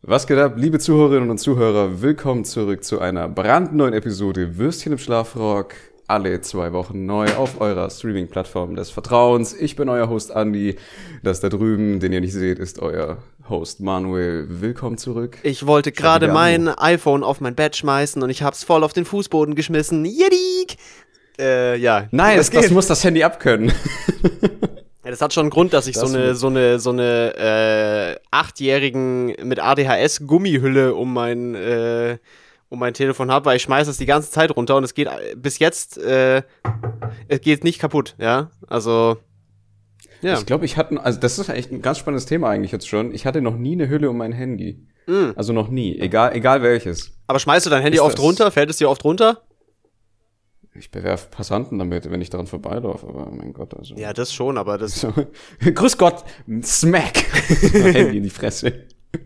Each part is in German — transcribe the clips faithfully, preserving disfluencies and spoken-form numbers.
Was geht ab, liebe Zuhörerinnen und Zuhörer? Willkommen zurück zu einer brandneuen Episode Würstchen im Schlafrock. Alle zwei Wochen neu auf eurer Streaming-Plattform des Vertrauens. Ich bin euer Host Andi. Das da drüben, den ihr nicht seht, ist euer Host Manuel. Willkommen zurück. Ich wollte gerade mein iPhone auf mein Bett schmeißen und ich hab's voll auf den Fußboden geschmissen. Jedik! Äh, ja. Nein, das, das muss das Handy abkönnen. Ja, das hat schon einen Grund, dass ich das so eine so eine so eine äh, achtjährigen mit A D H S Gummihülle um mein äh, um mein Telefon habe, weil ich schmeiße das die ganze Zeit runter und es geht bis jetzt äh, es geht nicht kaputt, ja? Also ja. Ich glaube, ich hatte also das ist echt ein ganz spannendes Thema eigentlich jetzt schon. Ich hatte noch nie eine Hülle um mein Handy. Mm. Also noch nie, egal egal welches. Aber schmeißt du dein Handy ist oft runter? Fällt es dir oft runter? Ich bewerfe Passanten damit, wenn ich daran vorbeilaufe, aber mein Gott, also. Ja, das schon, aber das... So. Grüß Gott, Smack! Handy in die Fresse.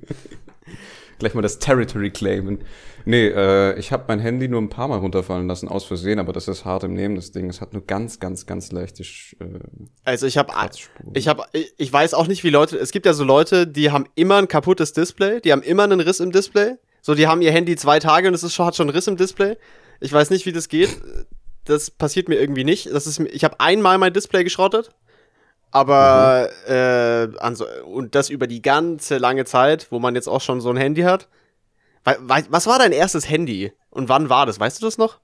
Gleich mal das Territory claimen. Nee, äh, ich habe mein Handy nur ein paar Mal runterfallen lassen, aus Versehen, aber das ist hart im Nehmen, das Ding. Es hat nur ganz, ganz, ganz leichte äh, Also ich habe, ich habe, ich weiß auch nicht, wie Leute, es gibt ja so Leute, die haben immer ein kaputtes Display, die haben immer einen Riss im Display. So, die haben ihr Handy zwei Tage und es ist schon, hat schon einen Riss im Display. Ich weiß nicht, wie das geht. Das passiert mir irgendwie nicht. Das ist, ich habe einmal mein Display geschrottet, aber mhm. äh, also, und das über die ganze lange Zeit, wo man jetzt auch schon so ein Handy hat. Was war dein erstes Handy und wann war das? Weißt du das noch?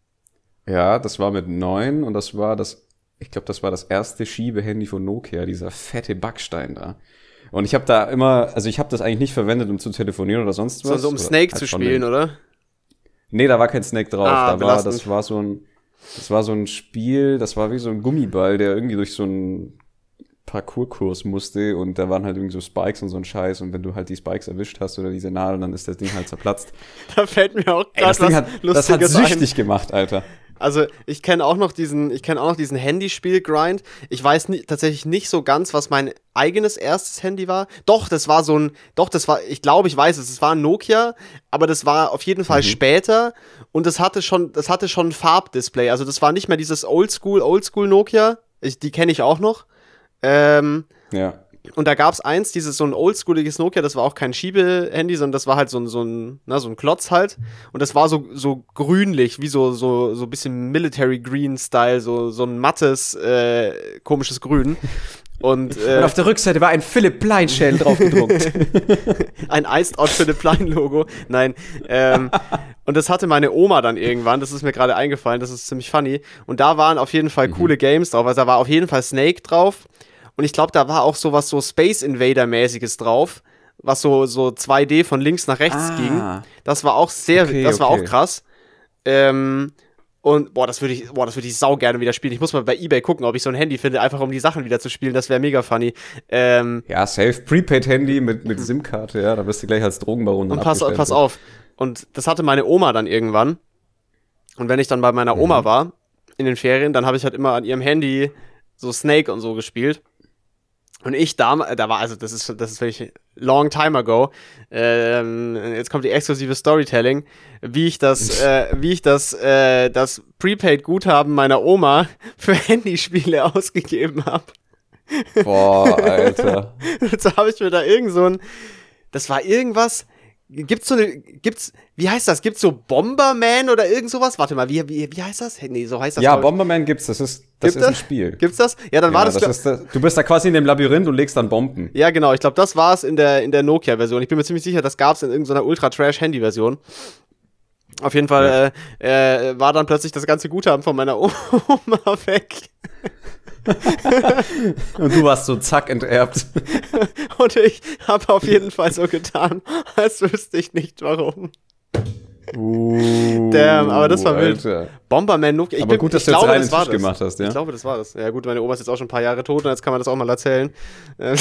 Ja, das war mit neun und das war das, ich glaube, das war das erste Schiebehandy von Nokia, dieser fette Backstein da. Und ich habe da immer, also ich habe das eigentlich nicht verwendet, um zu telefonieren oder sonst was. So, so um Snake halt zu spielen, den, oder? Nee, da war kein Snake drauf. Ah, da war, das war so ein, das war so ein Spiel, das war wie so ein Gummiball, der irgendwie durch so einen Parkourkurs musste und da waren halt irgendwie so Spikes und so ein Scheiß und wenn du halt die Spikes erwischt hast oder diese Nadeln, dann ist das Ding halt zerplatzt. Da fällt mir auch gerade was hat, Lustiges ein. Das hat süchtig ein. gemacht, Alter. Also ich kenne auch noch diesen, ich kenne auch noch diesen Handyspiel-Grind. Ich weiß nie, tatsächlich nicht so ganz, was mein eigenes erstes Handy war. Doch, das war so ein, doch, das war, ich glaube, ich weiß es, es war ein Nokia, aber das war auf jeden Fall mhm. später und das hatte schon, das hatte schon ein Farbdisplay. Also das war nicht mehr dieses Oldschool, Oldschool Nokia. Ich, die kenne ich auch noch. Ähm, ja. Und da gab's eins, dieses so ein oldschooliges Nokia, das war auch kein Schiebehandy, sondern das war halt so ein, so ein, na, so ein Klotz halt. Und das war so, so grünlich, wie so, so, so ein bisschen Military Green Style, so, so ein mattes, äh, komisches Grün. Und, äh, und auf der Rückseite war ein Philipp Plein Schädel drauf gedruckt. Ein Iced Out Philipp Plein Logo. Nein, ähm, und das hatte meine Oma dann irgendwann, das ist mir gerade eingefallen, das ist ziemlich funny. Und da waren auf jeden Fall mhm. coole Games drauf, also da war auf jeden Fall Snake drauf. Und ich glaube, da war auch so was so Space Invader-mäßiges drauf, was so, so zwei D von links nach rechts ah. ging. Das war auch sehr, okay, das war okay. auch krass. Ähm, und boah, das würde ich, boah, das würde ich sau gerne wieder spielen. Ich muss mal bei eBay gucken, ob ich so ein Handy finde, einfach um die Sachen wieder zu spielen. Das wäre mega funny. Ähm, ja, safe Prepaid-Handy mit, mit SIM-Karte, ja, da bist du gleich als Drogenbaron dann Und pass, pass auf. Und das hatte meine Oma dann irgendwann. Und wenn ich dann bei meiner Oma mhm. war, in den Ferien, dann habe ich halt immer an ihrem Handy so Snake und so gespielt. Und ich damals, da war, also das ist, das ist wirklich long time ago, ähm, jetzt kommt die exklusive Storytelling, wie ich das, äh, wie ich das, äh, das Prepaid-Guthaben meiner Oma für Handyspiele ausgegeben habe. Boah, Alter. So habe ich mir da irgend so ein, das war irgendwas, gibt's so eine, gibt's, wie heißt das, gibt's so Bomberman oder irgend sowas? Warte mal, wie, wie, wie heißt das? Nee, so heißt das. Ja, Bomberman gibt's, das ist, das Gibt ist das? ein Spiel. Gibt's das? Ja, dann ja, war das, das, ist, das Du bist da quasi in dem Labyrinth und legst dann Bomben. Ja, genau, ich glaube, das war's in der, in der Nokia-Version. Ich bin mir ziemlich sicher, das gab's in irgendeiner Ultra-Trash-Handy-Version. Auf jeden Fall ja. äh, äh, war dann plötzlich das ganze Guthaben von meiner Oma weg. Und du warst so zack enterbt. Und ich habe auf jeden Fall so getan, als wüsste ich nicht warum. Uh, Damn, aber das war wild. Alter. Bomberman Nokia. Aber bin, gut, dass ich du glaube, jetzt rein ins Tisch das. gemacht hast, ja? Ich glaube, das war das. Ja gut, meine Oma ist jetzt auch schon ein paar Jahre tot und jetzt kann man das auch mal erzählen. äh,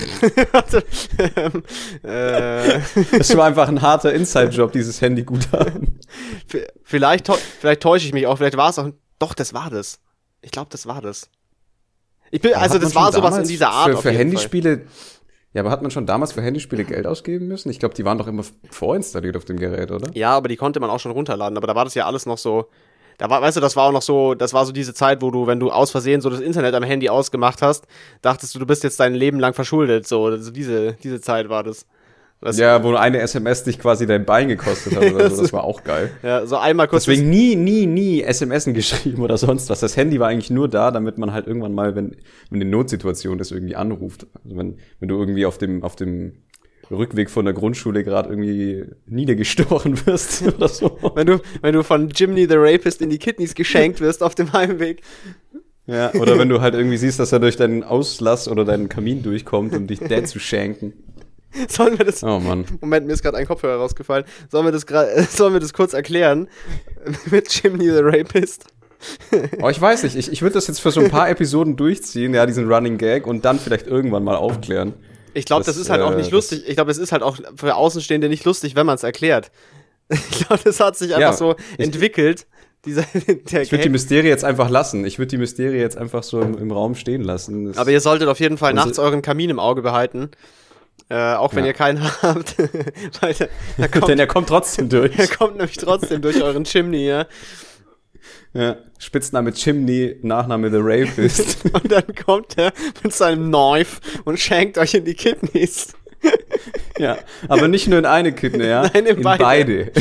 das war einfach ein harter Inside-Job, dieses Handy-Guthaben. Vielleicht, vielleicht täusche ich mich auch, vielleicht war es auch... Doch, das war das. Ich glaube, das war das. Ich bin, also das war sowas in dieser Art. Für, für Handyspiele... Fall. Ja, aber hat man schon damals für Handyspiele Geld ausgeben müssen? Ich glaube, die waren doch immer vorinstalliert auf dem Gerät, oder? Ja, aber die konnte man auch schon runterladen. Aber da war das ja alles noch so... Da war, weißt du, das war auch noch so, das war so diese Zeit, wo du, wenn du aus Versehen so das Internet am Handy ausgemacht hast, dachtest du, du bist jetzt dein Leben lang verschuldet. So, also diese, diese Zeit war das. Was ja, wo eine S M S dich quasi dein Bein gekostet hat oder so, das war auch geil. Ja, so einmal kurz. Deswegen nie, nie, nie S M S geschrieben oder sonst was. Das Handy war eigentlich nur da, damit man halt irgendwann mal, wenn, wenn eine Notsituation ist, irgendwie anruft. Also wenn, wenn du irgendwie auf dem, auf dem Rückweg von der Grundschule gerade irgendwie niedergestochen wirst oder so. Wenn du, wenn du von Jimny the Rapist in die Kidneys geschenkt wirst auf dem Heimweg. Ja, oder wenn du halt irgendwie siehst, dass er durch deinen Auslass oder deinen Kamin durchkommt, um dich dead zu schenken. Sollen wir das? Oh Mann. Moment, mir ist gerade ein Kopfhörer rausgefallen. Sollen wir das gerade, sollen wir das kurz erklären? Mit Jimny the Rapist. Oh, ich weiß nicht. Ich, ich würde das jetzt für so ein paar Episoden durchziehen, ja, diesen Running Gag und dann vielleicht irgendwann mal aufklären. Ich glaube, das, das ist halt äh, auch nicht lustig. Ich glaube, es ist halt auch für Außenstehende nicht lustig, wenn man es erklärt. Ich glaube, das hat sich einfach ja, so ich, entwickelt. Dieser, der ich würde die Mysterie jetzt einfach lassen. Ich würde die Mysterie jetzt einfach so im, im Raum stehen lassen. Das Aber ihr solltet auf jeden Fall nachts euren Kamin im Auge behalten. Äh, auch wenn ja. ihr keinen habt. Weil der, der kommt, Denn er kommt trotzdem durch. Er kommt nämlich trotzdem durch euren Chimney, ja. Ja, Spitzname Chimney, Nachname The Rapist. Und dann kommt er mit seinem Knife und schenkt euch in die Kidneys. Ja, aber nicht nur in eine Kidney, ja. Nein, in, in beide. beide.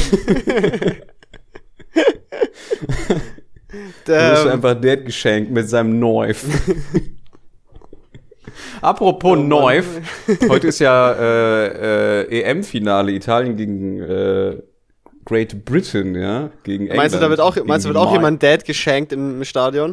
Du wirst einfach dead geschenkt mit seinem Knife. Apropos oh, Knife, heute ist ja äh, äh, E M-Finale Italien gegen äh, Great Britain, ja, gegen England. Meinst du, da wird auch, meinst du, wird auch jemand dead geschenkt im Stadion?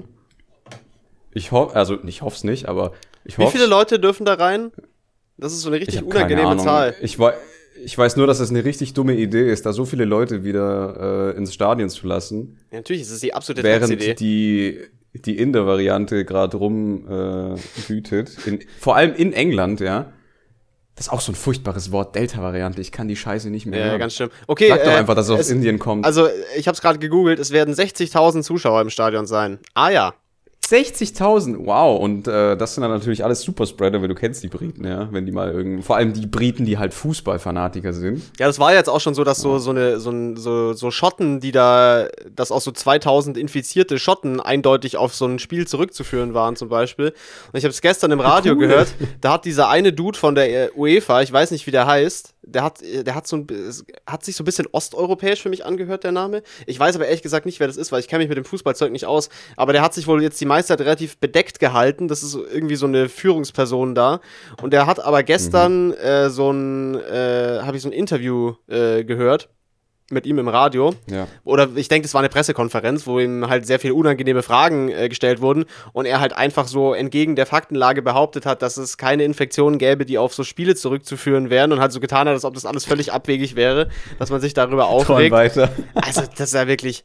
Ich hoffe, also ich hoffe es nicht, aber ich hoffe. Wie viele Leute dürfen da rein? Das ist so eine richtig unangenehme Zahl. Ich, we- ich weiß nur, dass es eine richtig dumme Idee ist, da so viele Leute wieder äh, ins Stadion zu lassen. Ja, natürlich, es ist die absolute Während Idee. die die Inder-Variante gerade rum äh, wütet. In, vor allem in England, ja. Das ist auch so ein furchtbares Wort, Delta-Variante. Ich kann die Scheiße nicht mehr Ja, hören. ganz schlimm. Okay, Sag doch äh, einfach, dass es aus es, Indien kommt. Also, ich habe es gerade gegoogelt. Es werden sechzigtausend Zuschauer im Stadion sein. Ah ja. sechzigtausend, wow. Und äh, das sind dann natürlich alles Superspreader, weil du kennst die Briten, ja. Wenn die mal irgend, vor allem die Briten, die halt Fußballfanatiker sind. Ja, das war jetzt auch schon so, dass so so eine so, ein, so so Schotten, die da, dass auch so zweitausend infizierte Schotten eindeutig auf so ein Spiel zurückzuführen waren zum Beispiel. Und ich habe es gestern im Radio cool. gehört. Da hat dieser eine Dude von der UEFA, ich weiß nicht, wie der heißt, der hat der hat so ein hat sich so ein bisschen osteuropäisch für mich angehört, der Name. Ich weiß aber ehrlich gesagt nicht, wer das ist, weil ich kenne mich mit dem Fußballzeug nicht aus. Aber der hat sich wohl jetzt die meiste Zeit relativ bedeckt gehalten. Das ist irgendwie so eine Führungsperson da. Und der hat aber gestern mhm. äh, so ein, äh, habe ich so ein Interview äh, gehört mit ihm im Radio. Ja. Oder ich denke, das war eine Pressekonferenz, wo ihm halt sehr viele unangenehme Fragen äh, gestellt wurden und er halt einfach so entgegen der Faktenlage behauptet hat, dass es keine Infektionen gäbe, die auf so Spiele zurückzuführen wären und halt so getan hat, als ob das alles völlig abwegig wäre, dass man sich darüber aufregt. Weiter. Also das ist ja wirklich...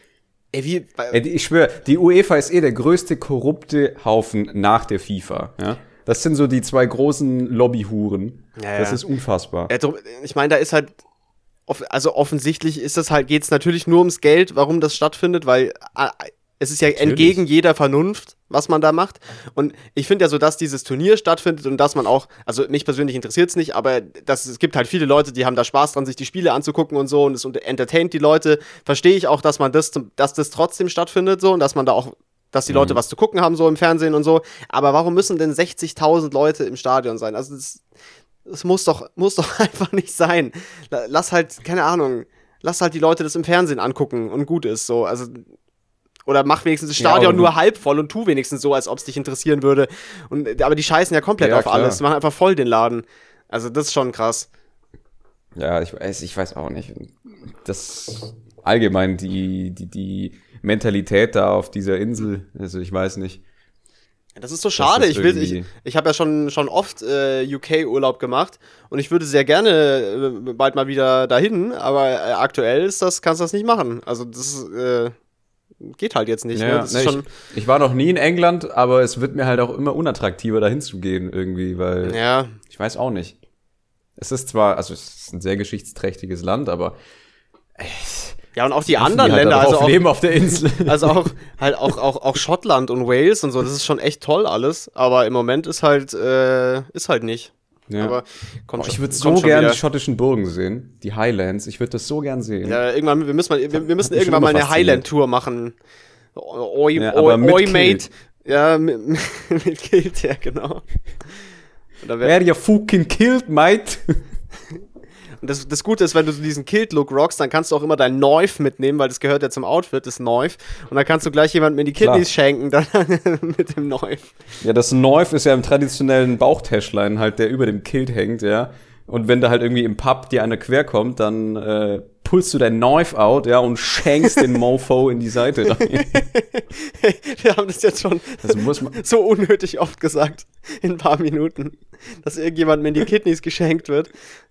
Ey, wie, Ey, ich schwöre, die UEFA ist eh der größte korrupte Haufen nach der FIFA. Ja? Das sind so die zwei großen Lobbyhuren. Ja, das ja. ist unfassbar. Ja, ich meine, da ist halt, also offensichtlich ist das halt, geht es natürlich nur ums Geld, warum das stattfindet, weil äh, es ist ja natürlich entgegen jeder Vernunft, was man da macht. Und ich finde ja so, dass dieses Turnier stattfindet und dass man auch, also mich persönlich interessiert es nicht, aber das, es gibt halt viele Leute, die haben da Spaß dran, sich die Spiele anzugucken und so und es entertaint die Leute. Verstehe ich auch, dass man das, dass das trotzdem stattfindet so und dass man da auch, dass die Leute mhm. was zu gucken haben, so im Fernsehen und so. Aber warum müssen denn sechzigtausend Leute im Stadion sein? Also das, das muss doch, muss doch einfach nicht sein. Lass halt, keine Ahnung, lass halt die Leute das im Fernsehen angucken und gut ist so. Also oder mach wenigstens das Stadion ja, nur halb voll und tu wenigstens so, als ob es dich interessieren würde. Und, aber die scheißen ja komplett ja, auf klar. alles. Die machen einfach voll den Laden. Also das ist schon krass. Ja, ich weiß, ich weiß auch nicht. Das allgemein die, die, die Mentalität da auf dieser Insel, also ich weiß nicht. Das ist so schade. Ist ich will, ich, ich habe ja schon, schon oft äh, U K-Urlaub gemacht und ich würde sehr gerne äh, bald mal wieder dahin, aber äh, aktuell ist das, kannst du das nicht machen. Also das äh, geht halt jetzt nicht. Ja, ne? Das ne, ist schon ich, ich war noch nie in England, aber es wird mir halt auch immer unattraktiver, dahin zu gehen irgendwie, weil ja. ich weiß auch nicht. Es ist zwar, also es ist ein sehr geschichtsträchtiges Land, aber äh, ja, und auch die anderen die halt Länder, also auch, leben auf der Insel. Also auch halt auch, auch, auch Schottland und Wales und so, das ist schon echt toll alles, aber im Moment ist halt, äh, ist halt nicht. Ja. Aber kommt oh, ich würde so gerne die schottischen Burgen sehen, die Highlands, ich würde das so gern sehen. Ja, irgendwann, wir müssen, mal, wir, wir müssen irgendwann mal eine Highland-Tour machen. Oi, ja, oi, aber mit oi Kilt. Mate. Ja, mit, mit Kilt, ja, genau. Wer ja fucking killed, mate. Und das, das Gute ist, wenn du so diesen Kilt-Look rockst, dann kannst du auch immer dein Knife mitnehmen, weil das gehört ja zum Outfit, das Knife. Und dann kannst du gleich jemandem in die Kidneys Klar. schenken, dann mit dem Knife. Ja, das Knife ist ja im traditionellen Bauchtäschlein halt, der über dem Kilt hängt, ja. Und wenn da halt irgendwie im Pub dir einer quer kommt, dann äh, pullst du dein Knife out, ja, und schenkst den Mofo in die Seite rein. Wir haben das jetzt schon das muss man so unnötig oft gesagt, in ein paar Minuten, dass irgendjemandem in die Kidneys geschenkt wird.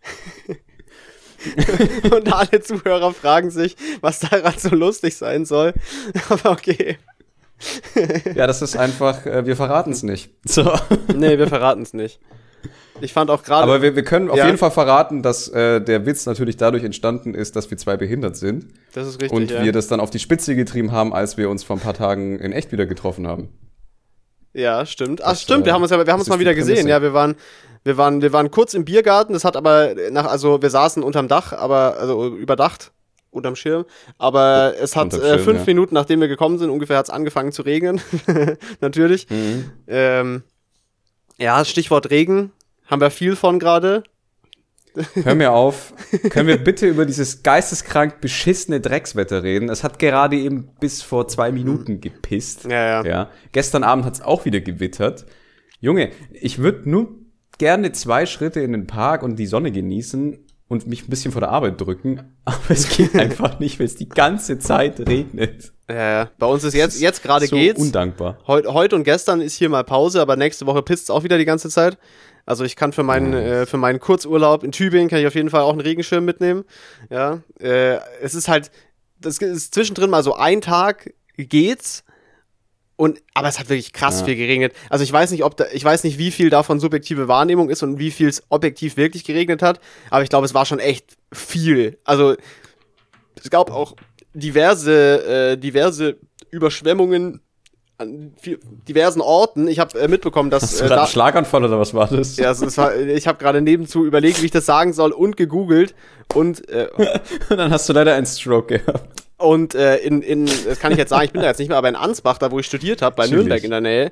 Und alle Zuhörer fragen sich, was daran so lustig sein soll. Aber okay. Ja, das ist einfach, äh, wir verraten es nicht. So. Nee, wir verraten es nicht. Ich fand auch gerade. Aber wir, wir können auf ja. jeden Fall verraten, dass äh, der Witz natürlich dadurch entstanden ist, dass wir zwei behindert sind. Das ist richtig. Und ja. wir das dann auf die Spitze getrieben haben, als wir uns vor ein paar Tagen in echt wieder getroffen haben. Ja, stimmt. Ach, das, stimmt, äh, wir haben uns, ja, wir haben uns mal wieder gesehen. Ja, wir waren, wir waren, wir waren kurz im Biergarten. Das hat aber nach, also wir saßen unterm Dach, aber also überdacht. Unterm Schirm, aber es hat äh, fünf ja. Minuten, nachdem wir gekommen sind, ungefähr hat es angefangen zu regnen. Natürlich. Mhm. Ähm, ja, Stichwort Regen. Haben wir viel von gerade. Hör mir auf. Können wir bitte über dieses geisteskrank beschissene Dreckswetter reden? Es hat gerade eben bis vor zwei Minuten gepisst. Ja, ja. ja. Gestern Abend hat es auch wieder gewittert. Junge, ich würde nur gerne zwei Schritte in den Park und die Sonne genießen und mich ein bisschen vor der Arbeit drücken. Aber es geht einfach nicht, weil es die ganze Zeit regnet. Ja, ja. Bei uns ist jetzt, jetzt gerade so geht's. Undankbar. Heute heut und gestern ist hier mal Pause, aber nächste Woche pisst es auch wieder die ganze Zeit. Also ich kann für meinen, oh. äh, für meinen Kurzurlaub in Tübingen kann ich auf jeden Fall auch einen Regenschirm mitnehmen. Ja, äh, es ist halt, das ist zwischendrin mal so ein Tag geht's. Und, aber es hat wirklich krass ja. viel geregnet. Also ich weiß nicht, ob da, ich weiß nicht, wie viel davon subjektive Wahrnehmung ist und wie viel es objektiv wirklich geregnet hat. Aber ich glaube, es war schon echt viel. Also es gab auch diverse, äh, diverse Überschwemmungen an viel, diversen Orten. Ich habe äh, mitbekommen, dass Hast du äh, gerade da, einen Schlaganfall oder was war das? Ja, es war, ich habe gerade nebenzu überlegt, wie ich das sagen soll und gegoogelt und äh, und dann hast du leider einen Stroke gehabt. Und äh, in, in, das kann ich jetzt sagen, ich bin da jetzt nicht mehr, aber in Ansbach, da wo ich studiert habe, bei Chillig. Nürnberg in der Nähe,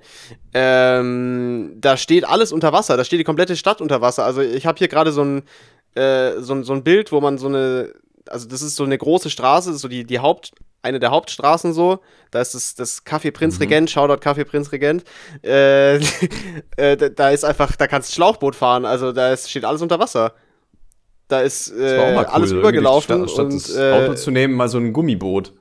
ähm, da steht alles unter Wasser, da steht die komplette Stadt unter Wasser. Also ich habe hier gerade so ein, äh, so, ein, so ein Bild, wo man so eine, also das ist so eine große Straße, das ist so die, die Haupt, eine der Hauptstraßen so, da ist das, das Café Prinz mhm. Regent, Shoutout Café Prinz Regent, äh, äh, da, da ist einfach, da kannst du Schlauchboot fahren, also da ist, steht alles unter Wasser. Da ist äh, cool, alles übergelaufen. Statt, statt und, das äh, Auto zu nehmen, mal so ein Gummiboot.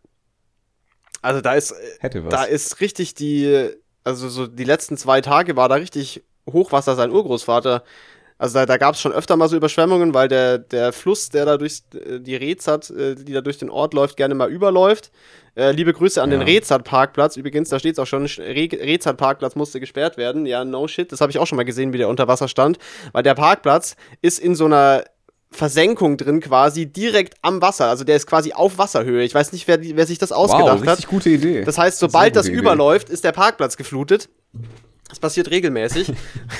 Also da ist, Hätte was. da ist richtig die, also so die letzten zwei Tage war da richtig Hochwasser sein Urgroßvater. Also da, da gab es schon öfter mal so Überschwemmungen, weil der, der Fluss, der da durch die Rezat, die da durch den Ort läuft, gerne mal überläuft. Äh, liebe Grüße an ja. den Rezat-Parkplatz. Übrigens, da steht es auch schon, Re- Rezat-Parkplatz musste gesperrt werden. Ja, no shit. Das habe ich auch schon mal gesehen, wie der unter Wasser stand. Weil der Parkplatz ist in so einer Versenkung drin quasi, direkt am Wasser. Also der ist quasi auf Wasserhöhe. Ich weiß nicht, wer, wer sich das ausgedacht wow, hat. Richtig gute Idee. Das heißt, sobald das überläuft, ist der Parkplatz geflutet. Das passiert regelmäßig.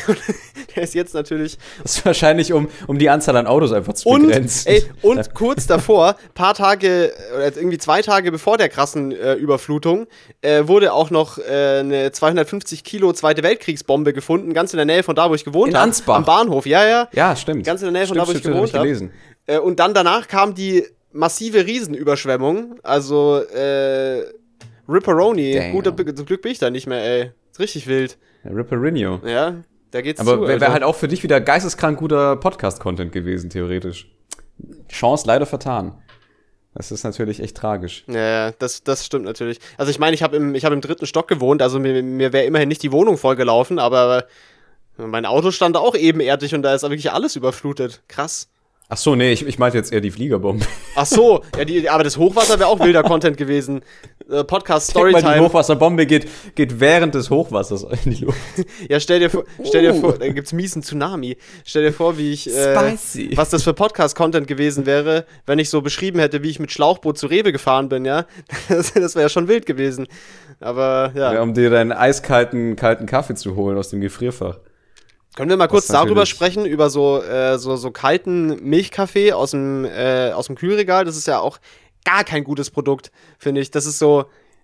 Der ist jetzt natürlich. Das ist wahrscheinlich, um, um die Anzahl an Autos einfach zu und, begrenzen. Ey, und kurz davor, paar Tage, oder irgendwie zwei Tage bevor der krassen äh, Überflutung, äh, wurde auch noch äh, eine zweihundertfünfzig Kilo Zweite Weltkriegsbombe gefunden, ganz in der Nähe von da, wo ich gewohnt habe. In Ansbach. Am Bahnhof, ja, ja. Ja, stimmt. Ganz in der Nähe stimmt, von da, wo stimmt, ich gewohnt habe. Äh, und dann danach kam die massive Riesenüberschwemmung. Also, äh, Ripperoni. Gut, zum Glück bin ich da nicht mehr, ey. Ist richtig wild. Ripperino. Ja, da geht's Aber zu. Aber wäre wär halt auch für dich wieder geisteskrank guter Podcast-Content gewesen, theoretisch. Chance leider vertan. Das ist natürlich echt tragisch. Ja, das, das stimmt natürlich. Also ich meine, ich habe im, ich hab im dritten Stock gewohnt, also mir, mir wäre immerhin nicht die Wohnung vollgelaufen, aber mein Auto stand auch ebenerdig und da ist wirklich alles überflutet. Krass. Ach so, nee, ich, ich meinte jetzt eher die Fliegerbombe. Ach so, ja, die, aber das Hochwasser wäre auch wilder Content gewesen. Äh, Podcast Storytime. Mal, die Hochwasserbombe geht, geht während des Hochwassers in die Luft. Ja, stell dir vor, stell dir vor, da gibt's miesen Tsunami. Stell dir vor, wie ich, äh, Spicy. was das für Podcast-Content gewesen wäre, wenn ich so beschrieben hätte, wie ich mit Schlauchboot zu Rewe gefahren bin, ja. Das, das wäre ja schon wild gewesen. Aber, ja. ja. Um dir deinen eiskalten, kalten Kaffee zu holen aus dem Gefrierfach. Können wir mal kurz darüber sprechen, über so, äh, so, so kalten Milchkaffee aus dem, äh, aus dem Kühlregal? Das ist ja auch gar kein gutes Produkt, finde ich. Das ist so.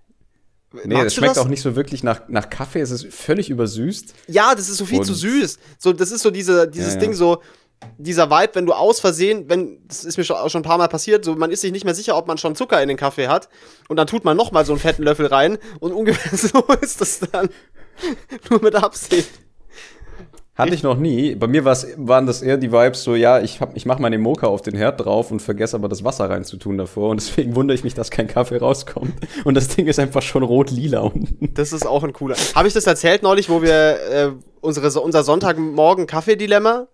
Nee, das schmeckt das? auch nicht so wirklich nach, nach Kaffee. Es ist völlig übersüßt. Ja, das ist so viel Und zu süß. So, das ist so diese, dieses ja, ja. Ding so. dieser Vibe, wenn du aus Versehen, wenn, das ist mir schon, auch schon ein paar Mal passiert, so man ist sich nicht mehr sicher, ob man schon Zucker in den Kaffee hat und dann tut man nochmal so einen fetten Löffel rein und ungefähr so ist das dann nur mit Absicht. Hatte ich noch nie. Bei mir war's, waren das eher die Vibes so, ja, ich, hab, ich mache meine Moka auf den Herd drauf und vergesse aber das Wasser reinzutun davor. Und deswegen wundere ich mich, dass kein Kaffee rauskommt. Und das Ding ist einfach schon rot-lila unten. Das ist auch ein cooler. Habe ich das erzählt neulich, wo wir äh, unsere, unser Sonntagmorgen Kaffee-Dilemma?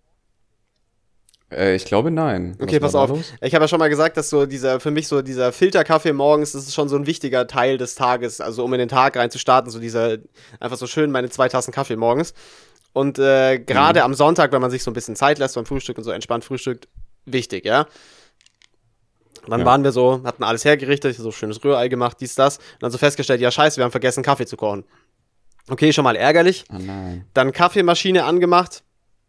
Äh, ich glaube, nein. Okay, pass auf. Los? Ich habe ja schon mal gesagt, dass so dieser, für mich so dieser Filterkaffee morgens, das ist schon so ein wichtiger Teil des Tages. Also um in den Tag reinzustarten, so dieser, einfach so schön meine zwei Tassen Kaffee morgens. Und äh, gerade mhm. am Sonntag, wenn man sich so ein bisschen Zeit lässt beim Frühstück und so entspannt frühstückt, wichtig, ja. Dann ja. waren wir so, hatten alles hergerichtet, so schönes Rührei gemacht, dies, das. Und dann so festgestellt, ja scheiße, wir haben vergessen, Kaffee zu kochen. Okay, schon mal ärgerlich. Oh nein. Dann Kaffeemaschine angemacht,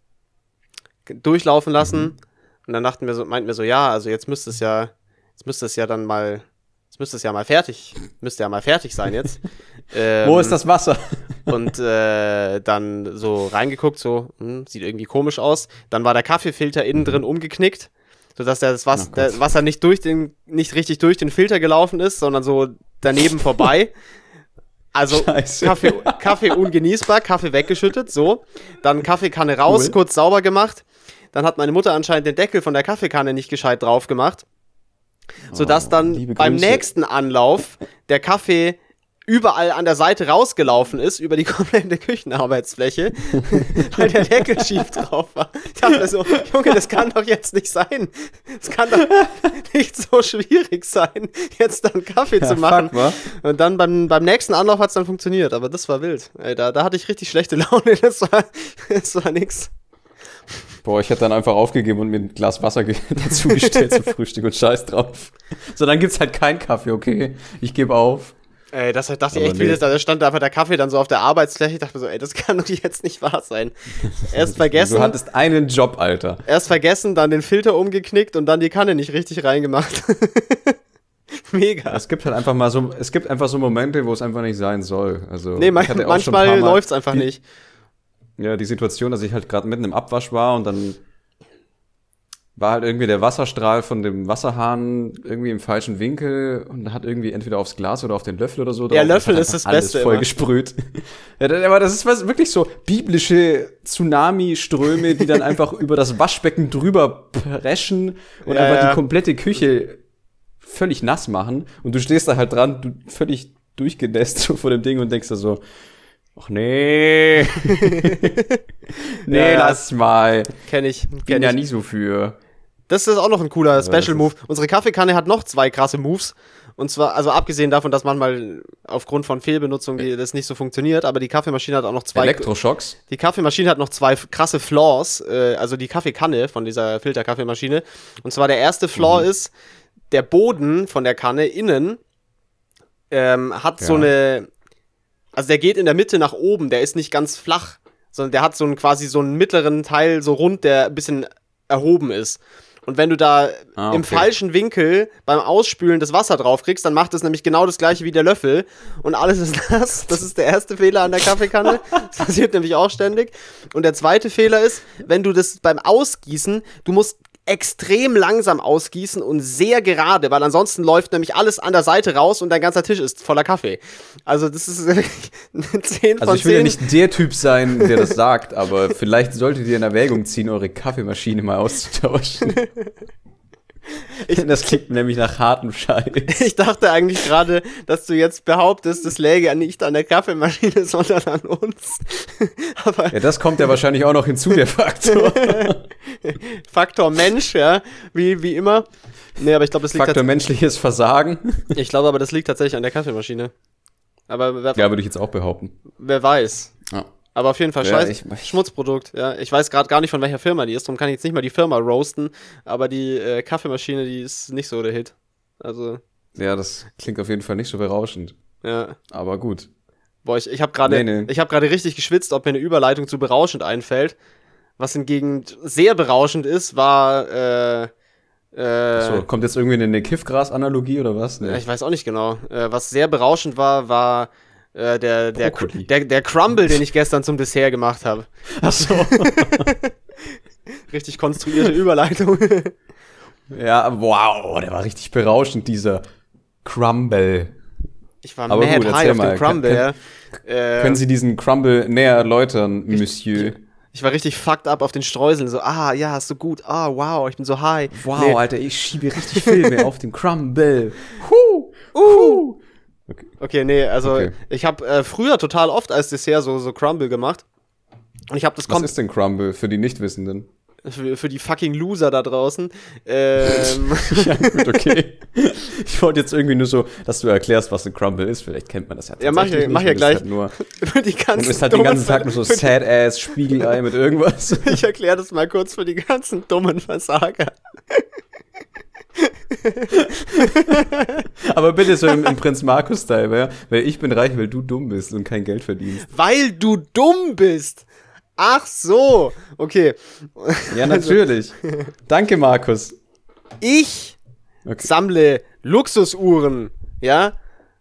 durchlaufen lassen. Mhm. Und dann dachten wir so, meinten wir so, ja, also jetzt müsste es ja, jetzt müsste es ja dann mal, jetzt müsste es ja mal fertig, müsste ja mal fertig sein jetzt. ähm, Wo ist das Wasser? Und äh, dann so reingeguckt, so, hm, sieht irgendwie komisch aus. Dann war der Kaffeefilter innen drin umgeknickt, sodass das Wasser, oh der Wasser nicht durch den, nicht richtig durch den Filter gelaufen ist, sondern so daneben vorbei. Also Kaffee, Kaffee ungenießbar, Kaffee weggeschüttet, so. Dann Kaffeekanne raus, cool. kurz sauber gemacht. Dann hat meine Mutter anscheinend den Deckel von der Kaffeekanne nicht gescheit drauf gemacht. Sodass dann oh, beim nächsten Anlauf der Kaffee überall an der Seite rausgelaufen ist, über die komplette Küchenarbeitsfläche, weil der Deckel schief drauf war. Ich dachte mir so, Junge, das kann doch jetzt nicht sein. Es kann doch nicht so schwierig sein, jetzt dann Kaffee ja, zu machen. Fuck, und dann beim, beim nächsten Anlauf hat es dann funktioniert, aber das war wild. Ey, da, da hatte ich richtig schlechte Laune, das war, das war nix. Boah, ich hätte dann einfach aufgegeben und mir ein Glas Wasser ge- dazu gestellt zum Frühstück und scheiß drauf. So, dann gibt's halt keinen Kaffee, okay? Ich gebe auf. Ey, das dachte ich echt, nee. wie das da stand da einfach der Kaffee dann so auf der Arbeitsfläche. Ich dachte mir so, ey, das kann doch jetzt nicht wahr sein. Erst vergessen. Du hattest einen Job, Alter. Erst vergessen, dann den Filter umgeknickt und dann die Kanne nicht richtig reingemacht. Mega. Es gibt halt einfach mal so, es gibt einfach so Momente, wo es einfach nicht sein soll. Also, nee, man, manchmal ein läuft's einfach die, nicht. Ja, die Situation, dass ich halt gerade mitten im Abwasch war und dann war halt irgendwie der Wasserstrahl von dem Wasserhahn irgendwie im falschen Winkel und hat irgendwie entweder aufs Glas oder auf den Löffel oder so. Der Löffel ist das alles Beste voll immer. gesprüht. Ja, aber das ist was wirklich so biblische Tsunami-Ströme, die dann einfach über das Waschbecken drüber preschen und ja, einfach ja. die komplette Küche völlig nass machen. Und du stehst da halt dran, du völlig durchgenässt so vor dem Ding und denkst da so, ach nee. nee, ja, lass mal. Kenn ich. Kenn Bin ich. ja nicht so für. Das ist auch noch ein cooler Special-Move. Unsere Kaffeekanne hat noch zwei krasse Moves. Und zwar, also abgesehen davon, dass manchmal aufgrund von Fehlbenutzung die, das nicht so funktioniert, aber die Kaffeemaschine hat auch noch zwei... Elektroschocks? Die Kaffeemaschine hat noch zwei krasse Flaws, äh, also die Kaffeekanne von dieser Filterkaffeemaschine. Und zwar der erste Flaw mhm. ist, der Boden von der Kanne innen ähm, hat ja. so eine... Also der geht in der Mitte nach oben, der ist nicht ganz flach, sondern der hat so einen quasi so einen mittleren Teil so rund, der ein bisschen erhoben ist. Und wenn du da ah, okay. im falschen Winkel beim Ausspülen das Wasser drauf kriegst, dann macht es nämlich genau das gleiche wie der Löffel und alles ist nass. Das ist der erste Fehler an der Kaffeekanne. Das passiert nämlich auch ständig. Und der zweite Fehler ist, wenn du das beim Ausgießen, du musst extrem langsam ausgießen und sehr gerade, weil ansonsten läuft nämlich alles an der Seite raus und dein ganzer Tisch ist voller Kaffee. Also das ist zehn von zehn. Also ich will ja nicht der Typ sein, der das sagt, aber vielleicht solltet ihr in Erwägung ziehen, eure Kaffeemaschine mal auszutauschen. Ich, das klingt nämlich nach hartem Scheiß. Ich dachte eigentlich gerade, dass du jetzt behauptest, das läge nicht an der Kaffeemaschine, sondern an uns. Aber ja, das kommt ja wahrscheinlich auch noch hinzu, der Faktor. Faktor Mensch, ja, wie, wie immer. Nee, aber ich glaube, das liegt Faktor menschliches Versagen. Ich glaube aber, das liegt tatsächlich an der Kaffeemaschine. Aber wer, ja, würde ich jetzt auch behaupten. Wer weiß. Ja. Aber auf jeden Fall ja, scheiß ich, ich, Schmutzprodukt. Ja, ich weiß gerade gar nicht, von welcher Firma die ist, darum kann ich jetzt nicht mal die Firma roasten, aber die äh, Kaffeemaschine, die ist nicht so der Hit. Also. Ja, das klingt auf jeden Fall nicht so berauschend. Ja. Aber gut. Boah, ich, ich habe gerade nee, nee. ich habe gerade richtig geschwitzt, ob mir eine Überleitung zu berauschend einfällt. Was hingegen sehr berauschend ist, war äh, äh, so, kommt jetzt irgendwie eine Kiffgras-Analogie oder was? Nee. Ich weiß auch nicht genau. Äh, was sehr berauschend war, war Äh, der, der, der, der Crumble, den ich gestern zum Dessert gemacht habe. Ach so. Richtig konstruierte Überleitung. Ja, wow, der war richtig berauschend, dieser Crumble. Ich war Aber mad gut, high auf mal. dem Crumble, Kann, ja. Können, können Sie diesen Crumble näher erläutern, Monsieur? Ich, ich war richtig fucked up auf den Streuseln. So, ah, ja, ist so gut. Ah, wow, ich bin so high. Wow, nee. Alter, ich schiebe richtig Filme auf dem Crumble. Huh, uh. Okay. okay, nee, also Okay. ich habe äh, früher total oft als Dessert so, so Crumble gemacht. Und ich habe das Was kom- ist denn Crumble für die Nichtwissenden? für, für die fucking Loser da draußen. Ähm, Ja, gut, okay. Ich wollte jetzt irgendwie nur so, dass du erklärst, was ein Crumble ist. Vielleicht kennt man das ja Ja, mach tatsächlich ja- mach nicht. ja Und ist gleich. Halt nur, für die ganzen und ist halt den dummen- ganzen Tag nur so für die- Sad-Ass, Spiegelei mit irgendwas. Ich erkläre das mal kurz für die ganzen dummen Versager. Aber bitte so im, im Prinz Markus-Style, ja? Weil ich bin reich, weil du dumm bist und kein Geld verdienst. Weil du dumm bist. Ach so. Okay. Ja, natürlich. Danke, Markus. Ich Okay. sammle Luxusuhren, ja?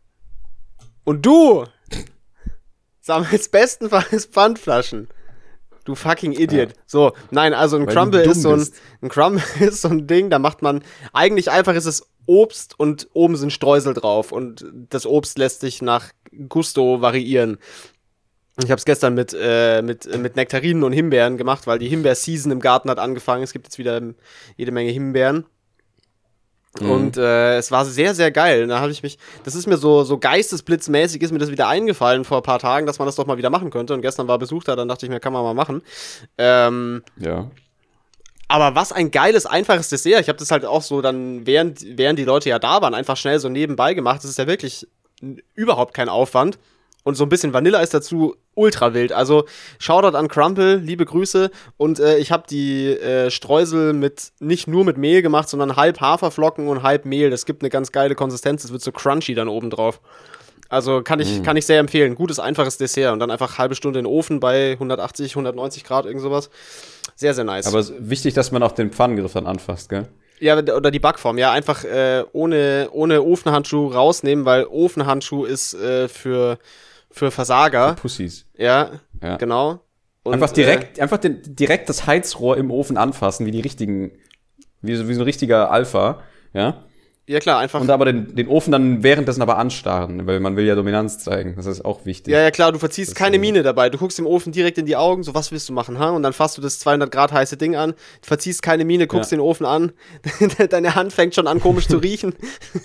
Und du sammelst bestenfalls Pfandflaschen. Du fucking Idiot. Ja. So, nein, also ein Weil du Crumble dumm ist so ein, bist. ein Crumble ist so ein Ding, da macht man, eigentlich einfach ist es Obst und oben sind Streusel drauf und das Obst lässt sich nach Gusto variieren. Ich habe es gestern mit, äh, mit, äh, mit Nektarinen und Himbeeren gemacht, weil die Himbeer-Season im Garten hat angefangen. Es gibt jetzt wieder jede Menge Himbeeren. Mhm. Und äh, es war sehr, sehr geil. Da habe ich mich, das ist mir so, so geistesblitzmäßig, ist mir das wieder eingefallen vor ein paar Tagen, dass man das doch mal wieder machen könnte. Und gestern war Besuch da, dann dachte ich mir, kann man mal machen. Ähm, Ja. aber was ein geiles, einfaches Dessert. Ich habe das halt auch so dann, während, während die Leute ja da waren, einfach schnell so nebenbei gemacht. Das ist ja wirklich n- überhaupt kein Aufwand. Und so ein bisschen Vanilleeis dazu, ultra wild. Also Shoutout an Crumble, liebe Grüße. Und äh, ich habe die äh, Streusel mit nicht nur mit Mehl gemacht, sondern halb Haferflocken und halb Mehl. Das gibt eine ganz geile Konsistenz. Das wird so crunchy dann oben drauf. Also kann ich, Mm. kann ich sehr empfehlen. Gutes, einfaches Dessert. Und dann einfach halbe Stunde in den Ofen bei hundertachtzig, hundertneunzig Grad, irgend sowas. Sehr, sehr nice. Aber es ist wichtig, dass man auch den Pfannengriff dann anfasst, gell? Ja, oder die Backform, ja, einfach äh, ohne, ohne Ofenhandschuh rausnehmen, weil Ofenhandschuh ist äh, für, für Versager. Pussys. Ja, Ja. genau. Und, Einfach direkt, einfach den, direkt das Heizrohr im Ofen anfassen, wie die richtigen, wie so, wie so ein richtiger Alpha, ja? Äh, ja, klar, einfach. Und aber den, den Ofen dann währenddessen aber anstarren, weil man will ja Dominanz zeigen. Das ist auch wichtig. Ja, ja, klar, du verziehst Das, keine äh, Miene dabei. Du guckst dem Ofen direkt in die Augen, so, was willst du machen, ha? Und dann fasst du das zweihundert Grad heiße Ding an, verziehst keine Miene, guckst Ja. den Ofen an, deine Hand fängt schon an, komisch zu riechen.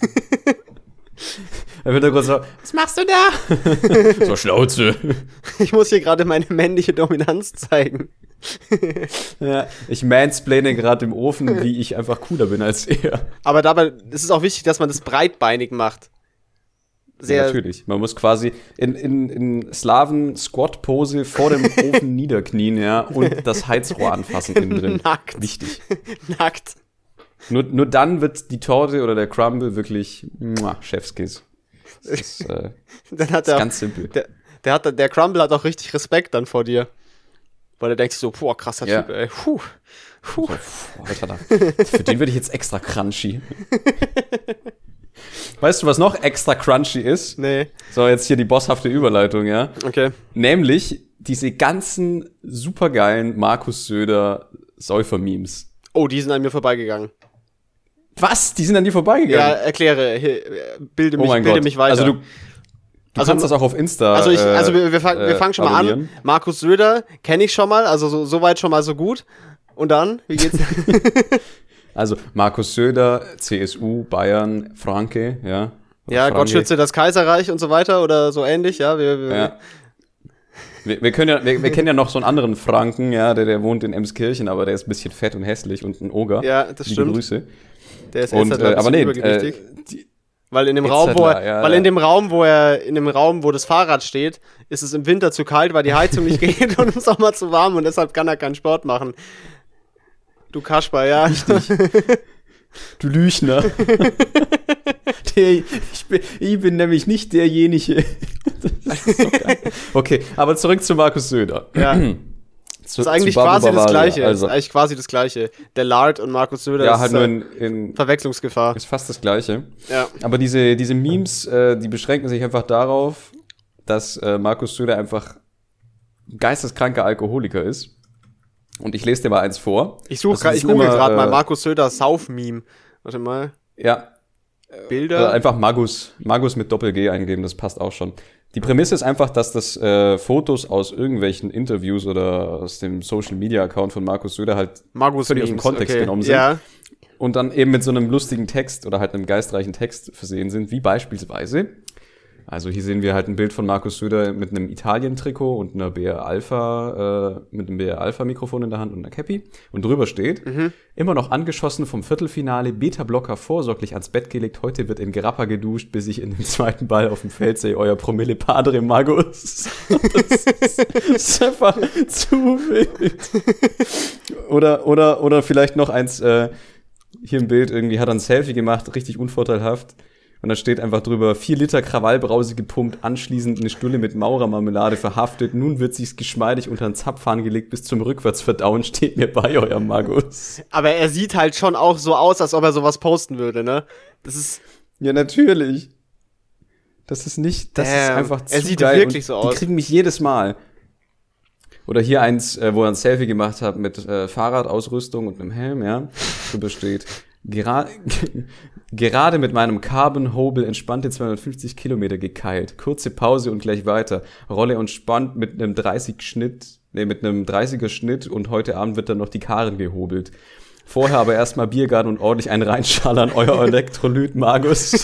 Dann wird er kurz so, was machst du da? So Schnauze. Ich muss hier gerade meine männliche Dominanz zeigen. Ja, ich mansplaine gerade im Ofen, wie ich einfach cooler bin als er. Aber dabei ist es auch wichtig, dass man das breitbeinig macht. Sehr, Ja, natürlich. Man muss quasi in, in, in Slaven-Squat-Pose vor dem Ofen niederknien, ja, und das Heizrohr anfassen innen drin. Nackt. Wichtig. nackt. Nur, nur dann wird die Torte oder der Crumble wirklich muah, Chefskiss. Das ist, äh, Dann hat das ist der, ganz simpel. der, der, hat, der Crumble hat auch richtig Respekt dann vor dir. Weil er denkt sich so, boah, krasser Ja. Typ, ey. Puh. Puh. So, pff, Alter, da- für den würde ich jetzt extra crunchy. Weißt du, was noch extra crunchy ist? Nee, So, jetzt hier die bosshafte Überleitung, ja. okay. Nämlich diese ganzen supergeilen Markus Söder Säufer-Memes. Oh, die sind an mir vorbeigegangen. Was? Die sind an dir Ja, vorbeigegangen? erkläre, he- bilde mich, oh mein bilde Gott. mich weiter. Also du, du Also- kannst das auch auf Insta. Also, ich, äh, also wir, wir, fang, wir äh, fangen schon mal an. abonnieren. Markus Söder kenne ich schon mal, also so, so weit schon mal so gut. Und dann, wie geht's? Also Markus Söder, C S U, Bayern, Franke, ja. ja, Franke. Gott schütze das Kaiserreich und so weiter oder so ähnlich, ja. Wir, wir, Ja. Wir, wir, können ja, wir, wir kennen ja noch so einen anderen Franken, ja, der, der wohnt in Emskirchen, aber der ist ein bisschen fett und hässlich und ein Oger. Ja, das Liebe stimmt. Grüße. Der ist Und, jetzt äh, halt aber ein nee, bisschen äh, übergewichtig. die, Weil in dem et Raum, wo er, cetera, ja, weil ja. in dem Raum, wo er, in dem Raum, wo das Fahrrad steht, ist es im Winter zu kalt, weil die Heizung nicht geht und im Sommer zu warm und deshalb kann er keinen Sport machen. Du Kasper, ja. du Lüchner. der, ich, bin, ich bin nämlich nicht derjenige. Das ist so geil. Okay, aber zurück zu Markus Söder. Ja. Zu, Das ist eigentlich zu Babu quasi das Bavaria. Gleiche. Also, Das ist eigentlich quasi das Gleiche. Der Lard und Markus Söder ja, ist halt nur äh, in, in Verwechslungsgefahr. ist fast das Gleiche. Ja. Aber diese, diese Memes, äh, die beschränken sich einfach darauf, dass äh, Markus Söder einfach geisteskranker Alkoholiker ist. Und ich lese dir mal eins vor. Ich suche, also, ich google gerade äh, mal Markus Söder Sauf-Meme. Warte mal. Ja. Bilder. Oder einfach Magus, Magus mit Doppel-G eingeben, das passt auch schon. Die Prämisse ist einfach, dass das äh, Fotos aus irgendwelchen Interviews oder aus dem Social-Media-Account von Markus Söder halt Magus völlig aus dem Kontext okay. genommen sind. Ja. Und dann eben mit so einem lustigen Text oder halt einem geistreichen Text versehen sind, wie beispielsweise, also hier sehen wir halt ein Bild von Markus Söder mit einem Italien-Trikot und einer B R Alpha, äh, mit einem B R Alpha-Mikrofon in der Hand und einer Cappy. Und drüber steht, mhm. immer noch angeschossen vom Viertelfinale, Beta-Blocker vorsorglich ans Bett gelegt, heute wird in Grappa geduscht, bis ich in den zweiten Ball auf dem Feld sehe, euer Promille Padre Magus. Das ist, das ist einfach zu wild. Oder, oder, oder vielleicht noch eins, äh, hier im Bild irgendwie hat er ein Selfie gemacht, richtig unvorteilhaft. Und da steht einfach drüber, vier Liter Krawallbrause gepumpt, anschließend eine Stulle mit Maurermarmelade verhaftet. Nun wird sich's geschmeidig unter den Zapfhahn gelegt, bis zum Rückwärtsverdauen steht mir bei, euer Magus. Aber er sieht halt schon auch so aus, als ob er sowas posten würde, ne? Das ist... Ja, natürlich. Das ist nicht, das Damn. ist einfach zu Er sieht geil. wirklich und so aus. Die kriegen mich jedes Mal. Oder hier eins, äh, wo er ein Selfie gemacht hat mit äh, Fahrradausrüstung und einem Helm, ja. Drüber steht, Gera- gerade mit meinem Carbon-Hobel entspannte zweihundertfünfzig Kilometer gekeilt. Kurze Pause und gleich weiter. Rolle und spannt mit einem dreißig-Schnitt, nee, mit einem dreißiger-Schnitt und heute Abend wird dann noch die Karren gehobelt. Vorher aber erstmal Biergarten und ordentlich einen reinschallern, euer Elektrolyt Magus.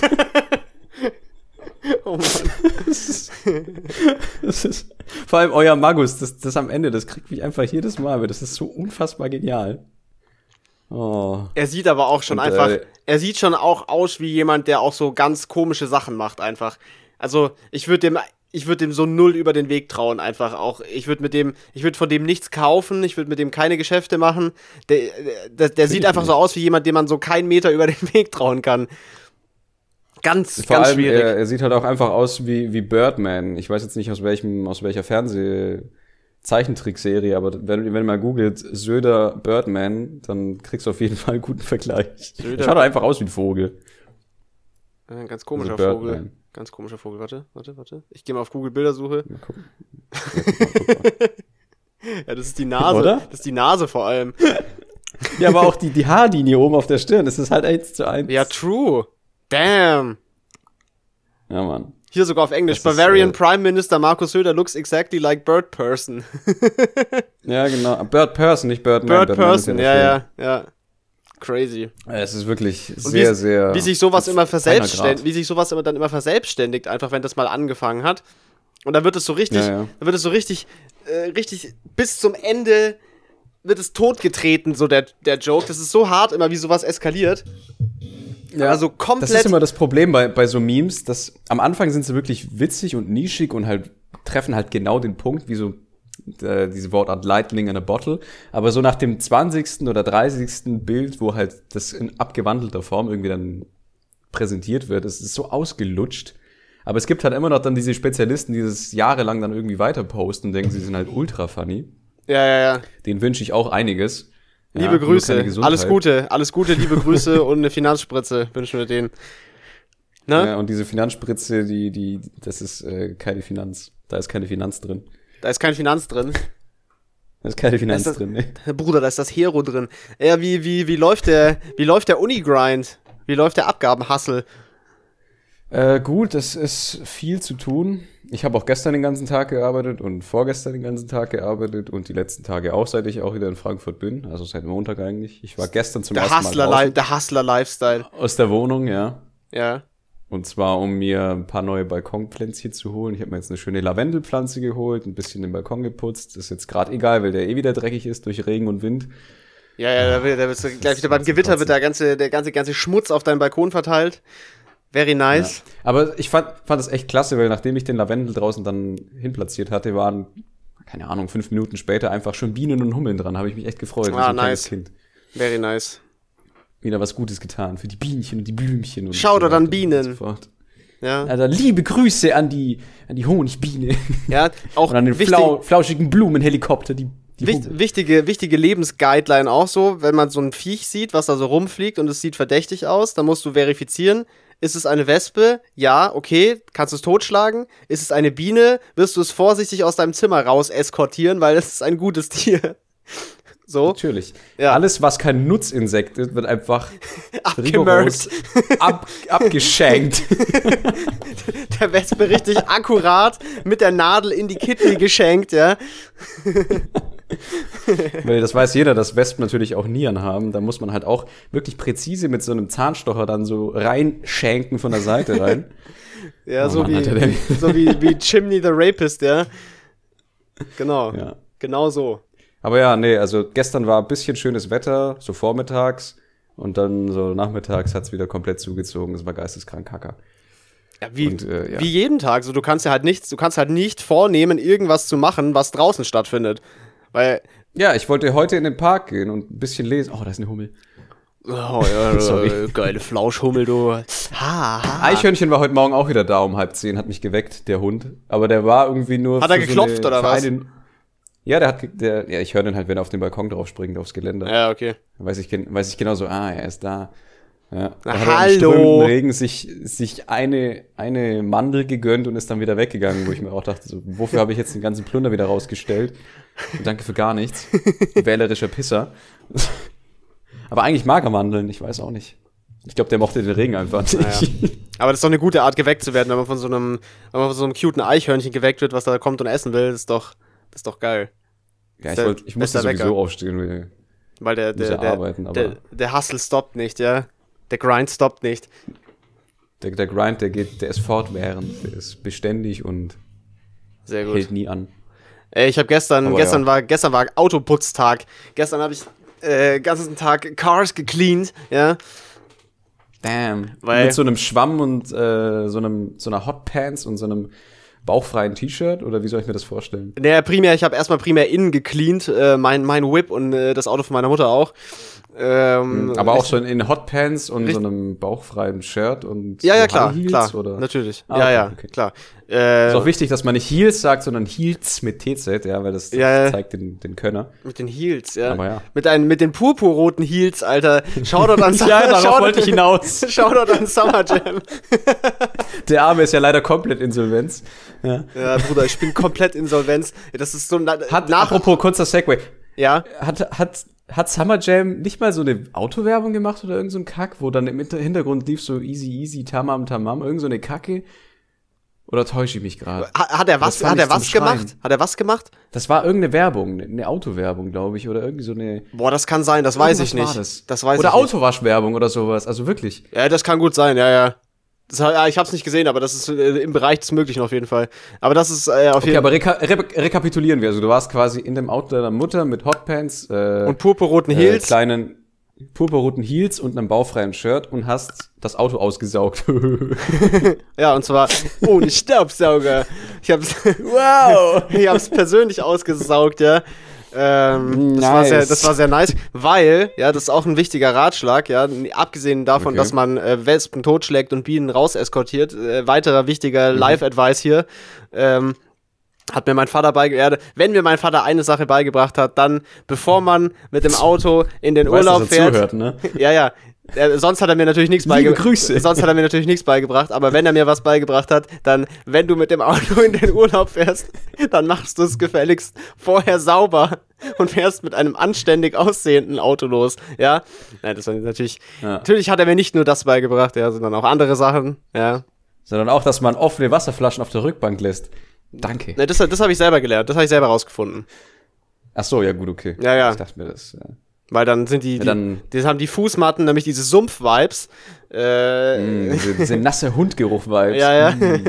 Oh Mann. Das ist, das ist, vor allem euer Magus, das, das am Ende, das kriegt mich einfach jedes Mal, weil das ist so unfassbar genial. Oh. Er sieht aber auch schon und, einfach, äh, er sieht schon auch aus wie jemand, der auch so ganz komische Sachen macht einfach. Also ich würde dem, ich würde dem so null über den Weg trauen einfach auch. Ich würde mit dem, ich würde von dem nichts kaufen, ich würde mit dem keine Geschäfte machen. Der, der, der sieht einfach nicht. so aus wie jemand, dem man so keinen Meter über den Weg trauen kann. Ganz, Vor ganz allem, schwierig. Er, er sieht halt auch einfach aus wie, wie Birdman. Ich weiß jetzt nicht, aus welchem, aus welcher Fernseh-Zeichentrickserie, aber wenn, wenn du mal googelt, Söder Birdman, dann kriegst du auf jeden Fall einen guten Vergleich. Söder schaut einfach aus wie ein Vogel. Ein ganz komischer also Vogel. Ganz komischer Vogel. Warte, warte, warte. Ich gehe mal auf Google Bildersuche. Ja, guck. Ja, guck mal, guck mal. Ja, das ist die Nase. Oder? Das ist die Nase vor allem. Ja, aber auch die, die Haarlinie oben auf der Stirn, das ist halt eins zu eins. Ja, true. Damn. Ja, Mann. Hier sogar auf Englisch. Das Bavarian ist, äh, Prime Minister Markus Söder looks exactly like Bird Person. Ja, genau. Bird Person, nicht Birdman. Bird Birdman Person, ja, ja, ja. Crazy. Es ist wirklich sehr, wie, sehr... Wie sich sowas immer verselbstständigt, wie sich sowas immer dann immer verselbstständigt, einfach wenn das mal angefangen hat. Und dann wird es so richtig, ja, ja. dann wird es so richtig, äh, richtig bis zum Ende wird es totgetreten, so der, der Joke. Das ist so hart immer, wie sowas eskaliert. Ja, also komplett. Das ist immer das Problem bei, bei so Memes, dass am Anfang sind sie wirklich witzig und nischig und halt treffen halt genau den Punkt, wie so äh, diese Wortart Lightning in a Bottle. Aber so nach dem zwanzigsten oder dreißigsten Bild, wo halt das in abgewandelter Form irgendwie dann präsentiert wird, es ist so ausgelutscht. Aber es gibt halt immer noch dann diese Spezialisten, die das jahrelang dann irgendwie weiter posten und denken, sie sind halt ultra funny. Ja, ja, ja. Denen wünsche ich auch einiges. Liebe ja, Grüße, alles Gute, alles Gute, liebe Grüße und eine Finanzspritze wünschen wir denen. Ne? Ja, und diese Finanzspritze, die, die, das ist äh, keine Finanz. Da ist keine Finanz drin. Da ist keine Finanz drin. Da ist keine Finanz das, drin, ne? Bruder, da ist das Hero drin. Ja, wie, wie, wie läuft der, wie läuft der Uni-Grind? Wie läuft der Abgabenhassel? Äh, gut, es ist viel zu tun. Ich habe auch gestern den ganzen Tag gearbeitet und vorgestern den ganzen Tag gearbeitet und die letzten Tage auch, seit ich auch wieder in Frankfurt bin. Also seit Montag eigentlich. Ich war gestern zum der ersten Hustler Mal draußen. Der Hustler-Lifestyle. Aus der Wohnung, ja. Ja. Und zwar, um mir ein paar neue Balkonpflänzchen zu holen. Ich habe mir jetzt eine schöne Lavendelpflanze geholt, ein bisschen den Balkon geputzt. Ist jetzt gerade egal, weil der eh wieder dreckig ist durch Regen und Wind. Ja, ja, da wird, da wird gleich wieder beim Gewitter wird der ganze, der ganze, ganze Schmutz auf deinen Balkon verteilt. Very nice. Ja. Aber ich fand, fand das echt klasse, weil nachdem ich den Lavendel draußen dann hinplatziert hatte, waren, keine Ahnung, fünf Minuten später einfach schon Bienen und Hummeln dran. Habe ich mich echt gefreut. Ah, ein nice. Kind. Very nice. Wieder was Gutes getan für die Bienchen und die Blümchen. Und Schau doch dann Bienen. So ja. Also liebe Grüße an die, an die Honigbiene. Ja, auch und an den wichtig, flau, flauschigen Blumenhelikopter, die Wicht, wichtige, wichtige Lebensguideline auch so, wenn man so ein Viech sieht, was da so rumfliegt und es sieht verdächtig aus, dann musst du verifizieren, ist es eine Wespe? Ja, okay, kannst du es totschlagen? Ist es eine Biene? Wirst du es vorsichtig aus deinem Zimmer raus eskortieren, weil es ist ein gutes Tier. So. Natürlich. Ja. Alles, was kein Nutzinsekt ist, wird einfach Abgemerkt. ab, abgeschenkt. Der Wespe richtig akkurat mit der Nadel in die Kidney geschenkt, ja. Weil das weiß jeder, dass Wespen natürlich auch Nieren haben. Da muss man halt auch wirklich präzise mit so einem Zahnstocher dann so reinschenken von der Seite rein. Ja, Oh so, Mann, wie, Alter, der- so wie, wie Chimney the Rapist, ja. Genau. Ja. Genau so. Aber ja, nee, also gestern war ein bisschen schönes Wetter, so vormittags. Und dann so nachmittags hat's wieder komplett zugezogen. Es war geisteskrank Kacker. Ja, wie, Und, äh, ja. wie jeden Tag. So, du kannst ja halt nichts, du kannst halt nicht vornehmen, irgendwas zu machen, was draußen stattfindet. Weil, Ja, ich wollte heute in den Park gehen und ein bisschen lesen. Oh, da ist eine Hummel. oh ja, Sorry. äh, geile Flauschhummel, du. Ha, ha. Eichhörnchen war heute Morgen auch wieder da um halb zehn, hat mich geweckt, der Hund. Aber der war irgendwie nur. Hat er für geklopft eine, oder für was? Einen, ja, der hat, ge- der, ja, ich höre den halt, wenn er auf den Balkon drauf springt, aufs Geländer. Ja, okay. Dann weiß ich, gen- weiß ich genau so, ah, er ist da. Ja. Na, Da hat er im hallo. strömenden Regen sich, sich eine, eine Mandel gegönnt und ist dann wieder weggegangen, wo ich mir auch dachte, so, wofür habe ich jetzt den ganzen Plunder wieder rausgestellt? Und danke für gar nichts. Wählerischer Pisser. Aber eigentlich mag er Mandeln, ich weiß auch nicht. Ich glaube, der mochte den Regen einfach nicht. Naja. Aber das ist doch eine gute Art, geweckt zu werden, wenn man von so einem, wenn man von so einem cuten Eichhörnchen geweckt wird, was da kommt und essen will. Das ist doch, das ist doch geil. Ja, ich, Der wollt, ich musste bester sowieso Wecker. aufstehen, weil Weil der, Muss der, ja der, arbeiten, aber- der, der Hustle stoppt nicht, ja. Der Grind stoppt nicht. der, der Grind, der geht, der ist fortwährend, der ist beständig und Sehr gut. hält nie an. Ey, ich habe gestern, Aber gestern ja. war, gestern war Autoputztag. Gestern habe ich äh, ganzen Tag Cars gecleaned, ja. Damn. Weil- Mit so einem Schwamm und äh, so einem so einer Hotpants und so einem bauchfreien T-Shirt oder wie soll ich mir das vorstellen? Naja, primär, ich habe erstmal primär innen gecleaned, äh, mein, mein Whip und äh, das Auto von meiner Mutter auch. Ähm, Aber auch so in, in Hotpants und Richt- so einem bauchfreien Shirt und Ja, ja, so klar, High Heels, klar, oder? natürlich. Ah, ja, okay, ja, okay. klar. Äh, Ist auch wichtig, dass man nicht Heels sagt, sondern Heels mit T Z, ja, weil das, das Ja, ja. zeigt den, den Könner. Mit den Heels, ja. Aber ja. Mit, ein, mit den purpurroten Heels, Alter. Shoutout an Ja, darauf Shoutout- wollte ich hinaus. Shoutout an Summer Jam. Der Arme ist ja leider komplett Insolvenz. Ja. Ja, Bruder, ich bin komplett Insolvenz. Das ist so na, Hat, nach. apropos kurzer Segway, Ja. hat, hat, hat Summer Jam nicht mal so eine Autowerbung gemacht oder irgend so ein Kack, wo dann im Hinter- Hintergrund lief so easy, easy, tamam, tamam, irgend so eine Kacke? Oder täusche ich mich gerade? Hat, hat er was, Das fand hat er ich zum was gemacht? Schreien. Hat er was gemacht? Das war irgendeine Werbung, eine Autowerbung, glaube ich, oder irgendwie so eine. Boah, das kann sein, das weiß ich Irgendwas nicht. war Das weiß oder ich nicht. Autowaschwerbung oder sowas, also wirklich. Ja, das kann gut sein, ja, ja. Das, ja, ich hab's nicht gesehen, aber das ist äh, im Bereich des Möglichen auf jeden Fall. Aber das ist äh, auf Okay, jeden aber reka re rekapitulieren wir. Also du warst quasi in dem Auto deiner Mutter mit Hotpants, äh, und purpurroten äh, Heels. kleinen purpurroten Heels und einem baufreien Shirt und hast das Auto ausgesaugt. Ja, und zwar ohne Staubsauger. Ich hab's, Wow! ich hab's persönlich ausgesaugt, ja. Ähm, das, war Nice. sehr, das war sehr nice, weil, ja, das ist auch ein wichtiger Ratschlag, ja, abgesehen davon, Okay. dass man äh, Wespen totschlägt und Bienen raus eskortiert, äh, weiterer wichtiger Mhm. Live-Advice hier, ähm, hat mir mein Vater beigebracht, wenn mir mein Vater eine Sache beigebracht hat, dann, bevor man mit dem Auto in den Du weißt, Urlaub dass er fährt, zuhört, ne? ja, ja. Äh, sonst hat er mir natürlich nichts Liebe beigebracht. Grüße. Sonst hat er mir natürlich nichts beigebracht. Aber wenn er mir was beigebracht hat, dann, wenn du mit dem Auto in den Urlaub fährst, dann machst du es gefälligst vorher sauber und fährst mit einem anständig aussehenden Auto los. Ja, Nein, das war natürlich. Ja. Natürlich hat er mir nicht nur das beigebracht, ja, sondern auch andere Sachen. Ja, Sondern auch, dass man offene Wasserflaschen auf der Rückbank lässt. Danke. ne, das, das habe ich selber gelernt. Das habe ich selber rausgefunden. Ach so, ja gut, okay. Ja, ja. Ich dachte mir das. Ja. Weil dann sind die, Ja, die, dann- die haben die Fußmatten, nämlich diese Sumpf-Vibes. Äh, Mm, diese, diese nasse Hundgeruch-Vibes. ja, ja. Mm.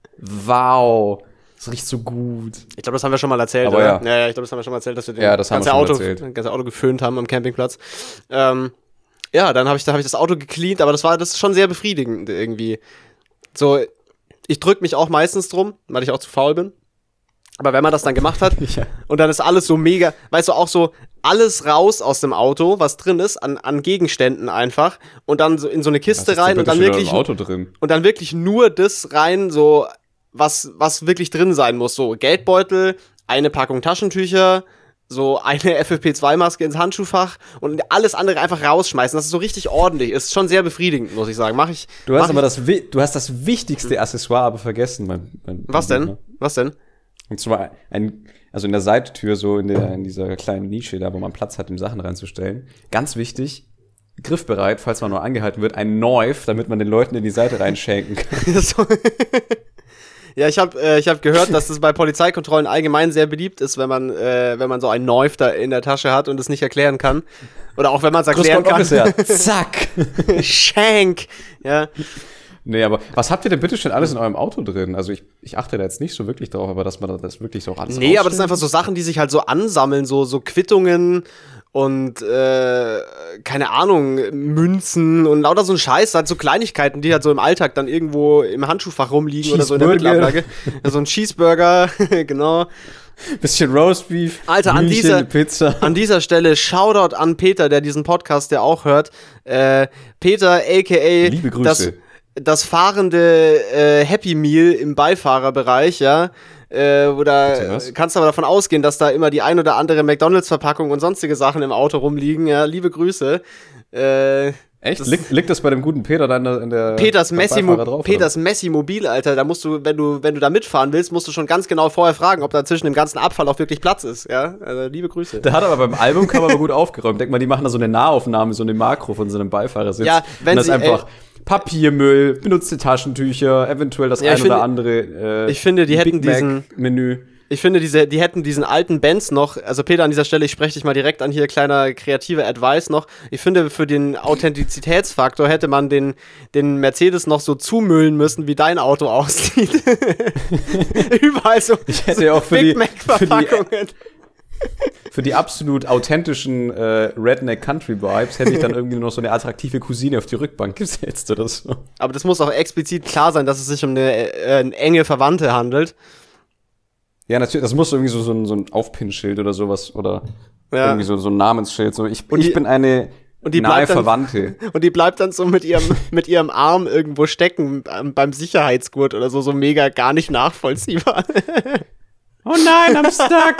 Wow. Das riecht so gut. Ich glaube, das haben wir schon mal erzählt, Aber oder? ja. ja, ja, ich glaube, das haben wir schon mal erzählt, dass wir den Ja, das haben ganze wir schon Auto, erzählt. das ganze Auto geföhnt haben am Campingplatz. Ähm, ja, dann habe ich, da hab ich das Auto gecleant, aber das war das ist schon sehr befriedigend irgendwie. So, ich drück mich auch meistens drum, weil ich auch zu faul bin. Aber wenn man das dann gemacht hat Ja. und dann ist alles so mega, weißt du, auch so alles raus aus dem Auto, was drin ist, an, an Gegenständen einfach und dann so in so eine Kiste rein und dann wirklich im Auto drin. und dann wirklich nur das rein, so was, was wirklich drin sein muss. So Geldbeutel, eine Packung Taschentücher, so eine F F P zwei Maske ins Handschuhfach und alles andere einfach rausschmeißen. Das ist so richtig ordentlich. Ist schon sehr befriedigend, muss ich sagen. Mach ich. Du hast mach aber ich, das, wi- du hast das wichtigste Accessoire aber vergessen. Mein, mein, Was mein denn? Lieber. Was denn? Und zwar ein, also in der Seitentür, so in, der, in dieser kleinen Nische da, wo man Platz hat, um Sachen reinzustellen. Ganz wichtig, griffbereit, falls man nur angehalten wird, ein Knife, damit man den Leuten in die Seite reinschenken kann. Ja, ich habe äh, ich hab gehört, dass das bei Polizeikontrollen allgemein sehr beliebt ist, wenn man äh, wenn man so ein Knife da in der Tasche hat und es nicht erklären kann. Oder auch wenn man es erklären kann. Zack! Schenk! Ja. Nee, aber was habt ihr denn bitte schon alles in eurem Auto drin? Also ich, ich achte da jetzt nicht so wirklich drauf, aber dass man das wirklich so alles Nee, aber das sind einfach so Sachen, die sich halt so ansammeln, so, so Quittungen und äh, keine Ahnung, Münzen und lauter so ein Scheiß, halt so Kleinigkeiten, die halt so im Alltag dann irgendwo im Handschuhfach rumliegen oder so in der Mittelablage. So ein Cheeseburger, genau. Bisschen Roastbeef, Alter, an Hühnchen, dieser, Pizza. an dieser Stelle Shoutout an Peter, der diesen Podcast ja auch hört. Äh, Peter, a k a. Liebe Grüße. Das, das fahrende äh, Happy Meal im Beifahrerbereich, ja. Äh, oder kannst du aber davon ausgehen, dass da immer die ein oder andere McDonalds-Verpackung und sonstige Sachen im Auto rumliegen. Ja, liebe Grüße. Äh, Echt? Das liegt, liegt das bei dem guten Peter da in der, in der Peters Messi drauf, Peters Messi Mobil, Alter, da musst du, wenn du, wenn du da mitfahren willst, musst du schon ganz genau vorher fragen, ob da zwischen dem ganzen Abfall auch wirklich Platz ist, ja? Also, liebe Grüße. Der hat aber beim Albumcover aber gut aufgeräumt. Denk mal, die machen da so eine Nahaufnahme, so eine Makro von so einem Beifahrersitz. Ja, wenn und das sie, einfach ey, Papiermüll, benutzte Taschentücher, eventuell das ja, ein finde, oder andere äh, ich finde, die hätten Big Mac diesen Menü. Ich finde, diese, die hätten diesen alten Benz noch, also Peter, an dieser Stelle, ich spreche dich mal direkt an, hier kleiner kreativer Advice noch. Ich finde, für den Authentizitätsfaktor hätte man den, den Mercedes noch so zumüllen müssen, wie dein Auto aussieht. Überall so, ich hätte so auch für Big die, Mac-Verpackungen. Für die, für die absolut authentischen äh, Redneck-Country-Vibes hätte ich dann irgendwie noch so eine attraktive Cousine auf die Rückbank gesetzt oder so. Aber das muss auch explizit klar sein, dass es sich um eine, äh, eine enge Verwandte handelt. Ja, natürlich, das muss irgendwie so, so ein, so ein Aufpinnschild oder sowas oder ja. irgendwie so, so ein Namensschild. So, ich, und die, ich bin eine und die nahe dann, Verwandte. Und die bleibt dann so mit ihrem, mit ihrem Arm irgendwo stecken ähm, beim Sicherheitsgurt oder so, so mega gar nicht nachvollziehbar. Oh nein, I'm stuck!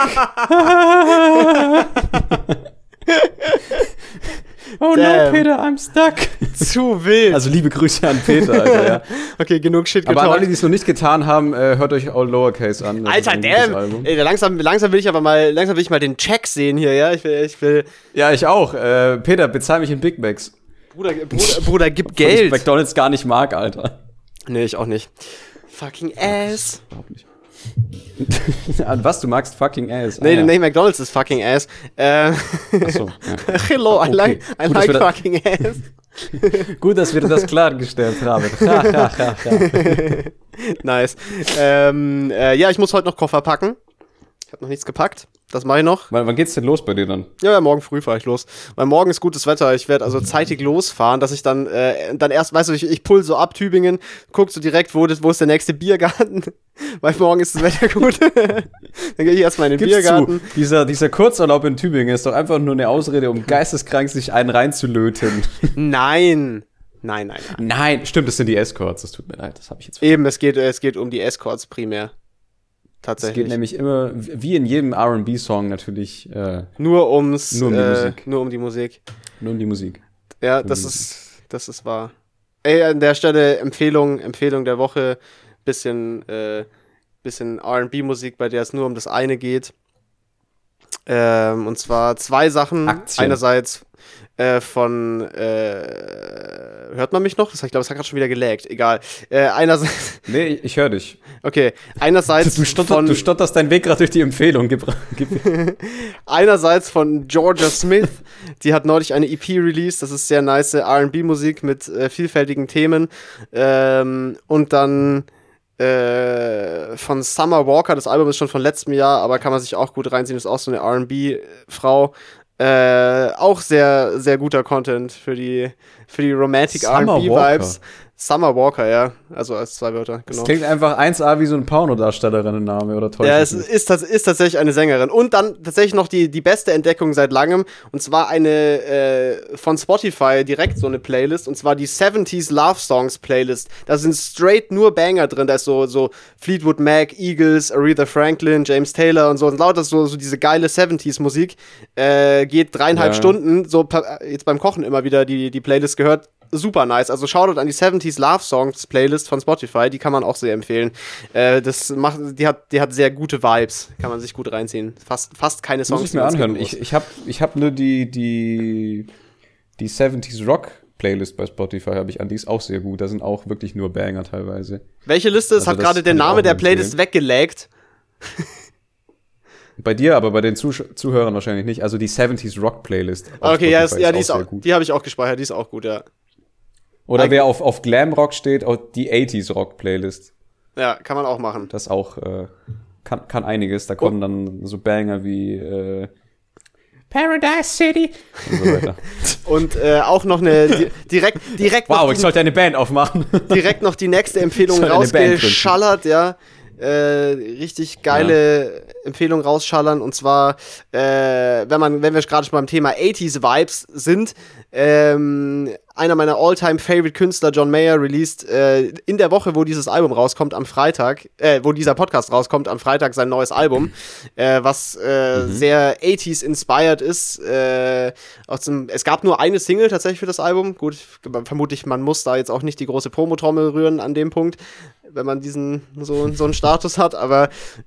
Oh Damn. no, Peter, I'm stuck. Zu wild. Also liebe Grüße an Peter, Alter, ja. Okay, genug Shit getalkt. Aber an alle, die es noch nicht getan haben, äh, hört euch All Lowercase an. Das Alter, damn. Ey, langsam, langsam will ich aber mal, langsam will ich mal den Check sehen hier, ja. Ich will, ich will. Ja, ich auch. Äh, Peter, bezahl mich in Big Macs. Bruder, Bruder, Bruder gib Geld. Ich McDonald's gar nicht mag, Alter. Nee, ich auch nicht. Fucking ass. Überhaupt nicht. An was, du magst fucking ass? Nee, ah, ja. nee, McDonald's ist fucking ass. Äh, Achso. Ja. Hello, I okay. like, I Gut, like fucking ass. Gut, dass wir das klargestellt haben. Nice. Ähm, äh, ja, ich muss heute noch Koffer packen. Ich habe noch nichts gepackt. Das mache ich noch. Wann, wann geht's denn los bei dir dann? Ja, morgen früh fahre ich los. Weil morgen ist gutes Wetter. Ich werde also zeitig losfahren, dass ich dann äh, dann erst, weißt du, ich, ich pull so ab Tübingen, guck so direkt, wo, das, wo ist der nächste Biergarten. Weil morgen ist das Wetter gut. Dann gehe ich erstmal in den Gib's Biergarten. Zu, dieser, dieser Kurzurlaub in Tübingen ist doch einfach nur eine Ausrede, um geisteskrank sich einen reinzulöten. Nein. Nein, nein, nein. Nein, stimmt, das sind die Escorts. Das tut mir leid, das habe ich jetzt verstanden. Eben, es geht, es geht um die Escorts primär. Tatsächlich. Es geht nämlich immer, wie in jedem R and B-Song natürlich, äh, nur ums, nur um die äh, Musik. Nur um die Musik. Nur um die Musik. Ja, um das die ist, Musik. das ist wahr. Ey, an der Stelle Empfehlung, Empfehlung der Woche, bisschen, äh, bisschen R and B-Musik, bei der es nur um das eine geht. Ähm, und zwar zwei Sachen. Aktien. Einerseits äh, von, äh, hört man mich noch? Das, ich glaube, es hat gerade schon wieder gelaggt. Egal. Äh, einerseits. Nee, ich höre dich. Okay. Einerseits du, stotter, von, du stotterst deinen Weg gerade durch die Empfehlung. Gib, gib. Einerseits von Georgia Smith. Die hat neulich eine E P released. Das ist sehr nice R and B-Musik mit äh, vielfältigen Themen. Ähm, und dann äh, von Summer Walker. Das Album ist schon von letztem Jahr, aber kann man sich auch gut reinziehen. Ist auch so eine R and B-Frau. Äh, auch sehr, sehr guter Content für die, für die Romantic R and B-Vibes. Summer Walker, ja. Also als zwei Wörter, genau. Das klingt einfach eins A wie so ein Pornodarstellerinnen-Name, oder täuscht Ja, es ist, ist tatsächlich eine Sängerin. Und dann tatsächlich noch die, die beste Entdeckung seit langem. Und zwar eine äh, von Spotify direkt so eine Playlist. Und zwar die siebziger Love Songs Playlist. Da sind straight nur Banger drin. Da ist so, so Fleetwood Mac, Eagles, Aretha Franklin, James Taylor und so. Und lauter so, so diese geile siebziger Musik. Äh, geht dreieinhalb ja. Stunden. So jetzt beim Kochen immer wieder die, die Playlist gehört. super nice. Also Shoutout an die siebziger Love Songs Playlist von Spotify, die kann man auch sehr empfehlen. Äh, das macht, die hat, die hat sehr gute Vibes, kann man sich gut reinziehen. Fast, fast keine Songs. Muss ich mir anhören. Ich, ich habe ich hab nur die, die, die siebziger Rock Playlist bei Spotify habe ich an, die ist auch sehr gut. Da sind auch wirklich nur Banger teilweise. Welche Liste? Es also hat gerade der Name der Playlist weggelaggt. Bei dir, aber bei den Zuh- Zuhörern wahrscheinlich nicht. Also die siebziger Rock Playlist. Okay, ja, ist, ja, die ist auch, die habe ich auch gespeichert, die ist auch gut, ja. Oder Eig- wer auf, auf Glam Rock steht, auch die achtziger Rock Playlist. Ja, kann man auch machen. Das auch, äh, kann, kann einiges. Da kommen oh. dann so Banger wie, äh, Paradise City und so weiter. Und äh, auch noch eine di- direkt direkt wow, die, ich sollte eine Band aufmachen. Direkt noch die nächste Empfehlung rausgeschallert, ja. Äh, richtig geile ja. Empfehlung rausschallern, und zwar äh, wenn man wenn wir gerade schon beim Thema achtziger Vibes sind, ähm, einer meiner All-Time-Favorite-Künstler, John Mayer, released äh, in der Woche, wo dieses Album rauskommt, am Freitag, äh, wo dieser Podcast rauskommt, am Freitag sein neues Album, äh, was äh, mhm. sehr achtziger-inspired ist. Äh, aus dem, es gab nur eine Single tatsächlich für das Album. Gut, vermutlich, man muss da jetzt auch nicht die große Promotrommel rühren an dem Punkt, wenn man diesen so, so einen Status hat, aber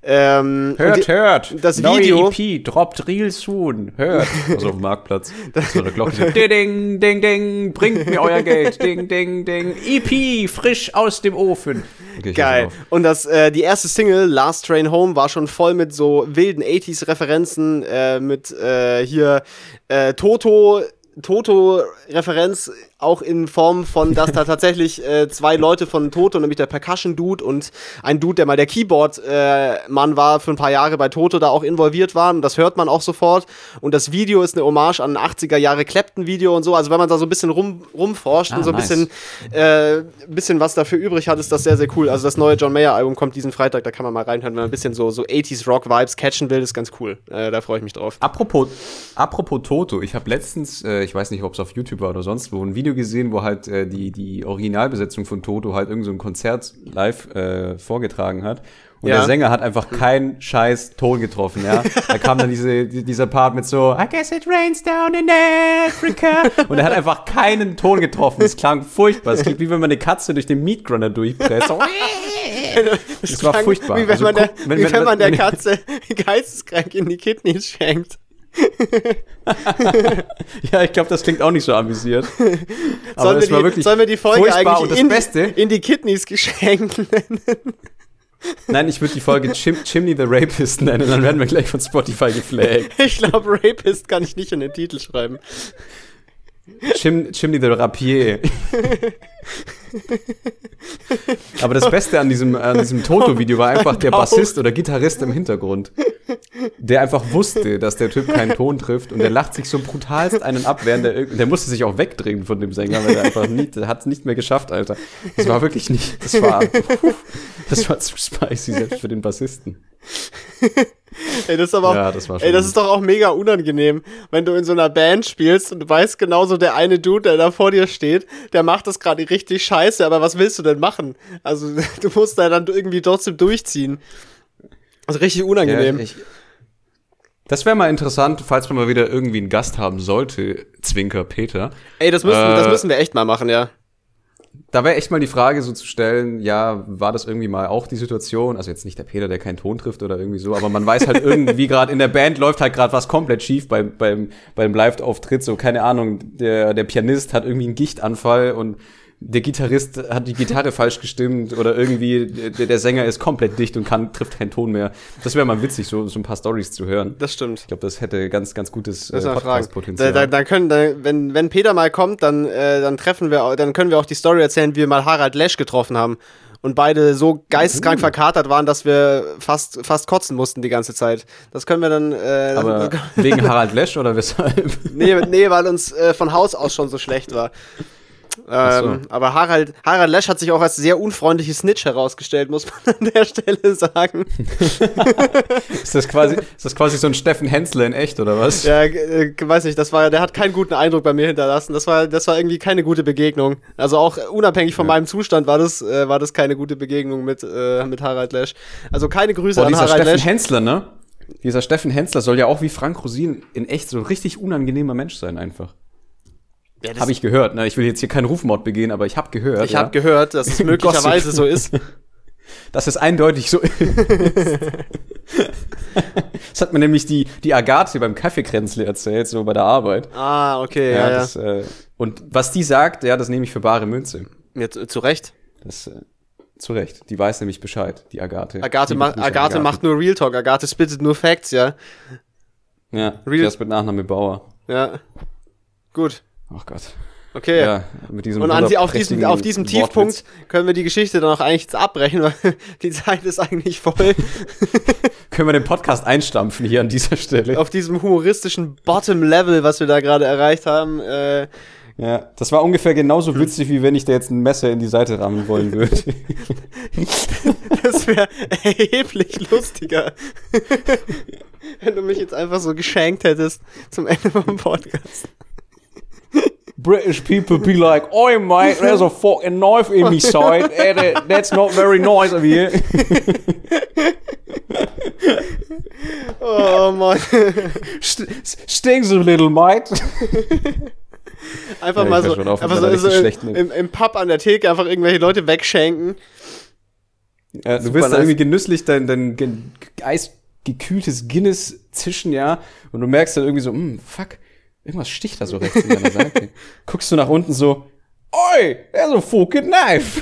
ähm, hört, die, hört, das Video, neue E P, droppt real soon, hört, also auf dem Marktplatz, so eine Glocke, ding, ding, ding, bringt mir euer Geld, ding, ding, ding, E P, frisch aus dem Ofen. Okay, geil. Und das, äh, die erste Single, Last Train Home, war schon voll mit so wilden achtziger-Referenzen, äh, mit äh, hier äh, Toto, Toto-Referenz, auch in Form von, dass da tatsächlich äh, zwei Leute von Toto, nämlich der Percussion-Dude und ein Dude, der mal der Keyboard-Mann äh, war, für ein paar Jahre bei Toto, da auch involviert waren. Und das hört man auch sofort. Und das Video ist eine Hommage an ein achtziger-Jahre-Clapton-Video und so. Also wenn man da so ein bisschen rum, rumforscht ah, und so ein nice. bisschen, äh, bisschen was dafür übrig hat, ist das sehr, sehr cool. Also das neue John Mayer-Album kommt diesen Freitag, da kann man mal reinhören, wenn man ein bisschen so, so achtziger-Rock-Vibes catchen will, ist ganz cool. Äh, da freue ich mich drauf. Apropos, apropos Toto, ich habe letztens, äh, ich weiß nicht, ob es auf YouTube war oder sonst wo, ein Video gesehen, wo halt äh, die, die Originalbesetzung von Toto halt irgend so ein Konzert live äh, vorgetragen hat. Und ja. der Sänger hat einfach keinen scheiß Ton getroffen, ja. Da kam dann diese, die, dieser Part mit so, I guess it rains down in Africa. Und er hat einfach keinen Ton getroffen. Es klang furchtbar. Es klingt wie wenn man eine Katze durch den Meat Grinder durchpresst. So. Das, das war furchtbar. Wie wenn also, man, der, wenn, wie wenn, wenn man der wenn, Katze geisteskrank in die Kidneys schenkt. Ja, ich glaube, das klingt auch nicht so amüsiert. Aber sollen, es wir war die, wirklich sollen wir die Folge eigentlich und das in, Beste, in die Kidneys geschenkt nennen? Nein, ich würde die Folge Chim- Chimney the Rapist nennen, dann werden wir gleich von Spotify geflaggt. Ich glaube, Rapist kann ich nicht in den Titel schreiben. Chim- Chimney the Rapier. Aber das Beste an diesem, an diesem Toto-Video war einfach der Bassist oder Gitarrist im Hintergrund, der einfach wusste, dass der Typ keinen Ton trifft, und der lacht sich so brutalst einen ab, während der, der musste sich auch wegdrehen von dem Sänger, weil der einfach nicht, der hat es nicht mehr geschafft, Alter. Das war wirklich nicht, das war, das war zu spicy, selbst für den Bassisten. Ey, das ist aber auch, ja, das war schon ey, das ist doch auch mega unangenehm, wenn du in so einer Band spielst und du weißt genauso, der eine Dude, der da vor dir steht, der macht das gerade richtig scheiße, aber was willst du denn machen? Also, du musst da dann irgendwie trotzdem durchziehen. Also richtig unangenehm. Ja, ich, das wäre mal interessant, falls man mal wieder irgendwie einen Gast haben sollte, Zwinker Peter. Ey, das müssen, äh, das müssen wir echt mal machen, ja. Da wäre echt mal die Frage so zu stellen, ja, war das irgendwie mal auch die Situation, also jetzt nicht der Peter, der keinen Ton trifft oder irgendwie so, aber man weiß halt irgendwie gerade in der Band läuft halt gerade was komplett schief beim, beim, beim Live-Auftritt, so, keine Ahnung, der, der Pianist hat irgendwie einen Gichtanfall und der Gitarrist hat die Gitarre falsch gestimmt oder irgendwie der, der Sänger ist komplett dicht und kann, trifft keinen Ton mehr. Das wäre mal witzig, so, so ein paar Storys zu hören. Das stimmt. Ich glaube, das hätte ganz, ganz gutes äh, Podcast-Potenzial. Da, da, da können, da, wenn, wenn Peter mal kommt, dann, äh, dann treffen wir, dann können wir auch die Story erzählen, wie wir mal Harald Lesch getroffen haben. Und beide so geisteskrank uh. verkatert waren, dass wir fast, fast kotzen mussten die ganze Zeit. Das können wir dann. Äh, Aber wegen Harald Lesch oder weshalb? Nee, nee, weil uns äh, von Haus aus schon so schlecht war. Ähm, so. Aber Harald, Harald Lesch hat sich auch als sehr unfreundliches Snitch herausgestellt, muss man an der Stelle sagen. ist, das quasi, ist das quasi so ein Steffen Hensler in echt, oder was? Ja, äh, weiß nicht, das war, der hat keinen guten Eindruck bei mir hinterlassen. Das war, das war irgendwie keine gute Begegnung. Also auch unabhängig von ja. meinem Zustand war das, äh, war das keine gute Begegnung mit, äh, mit Harald Lesch. Also keine Grüße Boah, an Harald Steffen Lesch. Hensler, ne? Dieser Steffen Hensler soll ja auch wie Frank Rosin in echt so ein richtig unangenehmer Mensch sein, einfach. Ja, habe ich gehört. Ne? Ich will jetzt hier keinen Rufmord begehen, aber ich habe gehört. Ich ja. habe gehört, dass es möglicherweise so ist. Dass es eindeutig so ist. Das hat mir nämlich die, die Agathe beim Kaffeekränzle erzählt, so bei der Arbeit. Ah, okay, ja, ja. Das, äh, und was die sagt, ja, das nehme ich für bare Münze. Ja, zu, zu Recht. Das, äh, zu Recht. Die weiß nämlich Bescheid, die Agathe. Agathe, ma- Agathe, Agathe macht nur Real Talk. Agathe spittet nur Facts, ja. Ja, Real- das mit Nachname Bauer. Ja, gut. Ach Gott. Okay. Ja, mit diesem und an, auf, diesem, auf diesem Tiefpunkt können wir die Geschichte dann auch eigentlich jetzt abbrechen, weil die Zeit ist eigentlich voll. Können wir den Podcast einstampfen hier an dieser Stelle. Auf diesem humoristischen Bottom-Level, was wir da gerade erreicht haben. Äh, ja, das war ungefähr genauso witzig, wie wenn ich da jetzt ein Messer in die Seite rammen wollen würde. Das wäre erheblich lustiger. Wenn du mich jetzt einfach so geschenkt hättest zum Ende vom Podcast. British people be like, oi mate, there's a fucking knife in me side, and that's not very nice of you. Oh Mann. St- stings a little, mate. Einfach ja, mal so, einfach so, so im, im Pub an der Theke einfach irgendwelche Leute wegschenken. Ja, du willst da irgendwie genüsslich dein, dein ge- eisgekühltes Guinness zischen, ja, und du merkst dann irgendwie so, hm, fuck, irgendwas sticht da so rechts in deiner Seite. Guckst du nach unten so, oi, there's a fucking knife.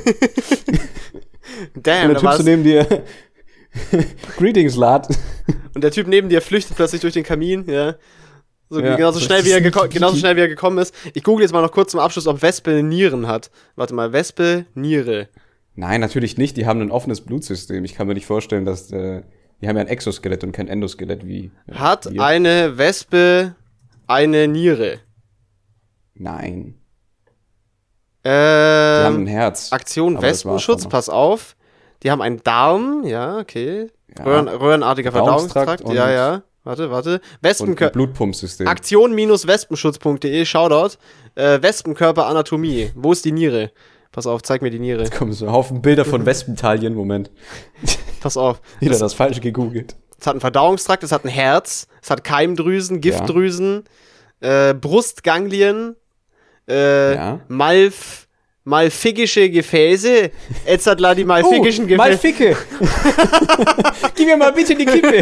Damn, und der Typ so neben dir, Greetings, lad. Und der Typ neben dir flüchtet plötzlich durch den Kamin, ja. So ja, genauso, schnell wie er geko- genauso schnell wie er gekommen ist. Ich google jetzt mal noch kurz zum Abschluss, ob Wespe Nieren hat. Warte mal, Wespe, Niere. Nein, natürlich nicht. Die haben ein offenes Blutsystem. Ich kann mir nicht vorstellen, dass äh, die haben ja ein Exoskelett und kein Endoskelett wie. Äh, hat wir. eine Wespe eine Niere? Nein. Ähm, die haben ein Herz. Aktion Wespenschutz, pass auf. Die haben einen Darm, ja, okay. Ja. Röhren, röhrenartiger Verdauungstrakt, Verdauungstrakt ja, ja. Warte, warte. Wespenkörper. Blutpumpsystem. Aktion-wespenschutz punkt de, Shoutout. Äh, Wespenkörper-Anatomie. Wo ist die Niere? Pass auf, zeig mir die Niere. Jetzt kommen so ein Haufen Bilder von Wespentalien, Moment. Pass auf. Wieder das, das falsche gegoogelt. Es hat einen Verdauungstrakt, es hat ein Herz, es hat Keimdrüsen, Giftdrüsen, ja. äh, Brustganglien, äh, ja. Malf... Malfigische Gefäße. Jetzt hat la die malfigischen oh, Gefäße. Malficke. Gib mir mal bitte die Kippe.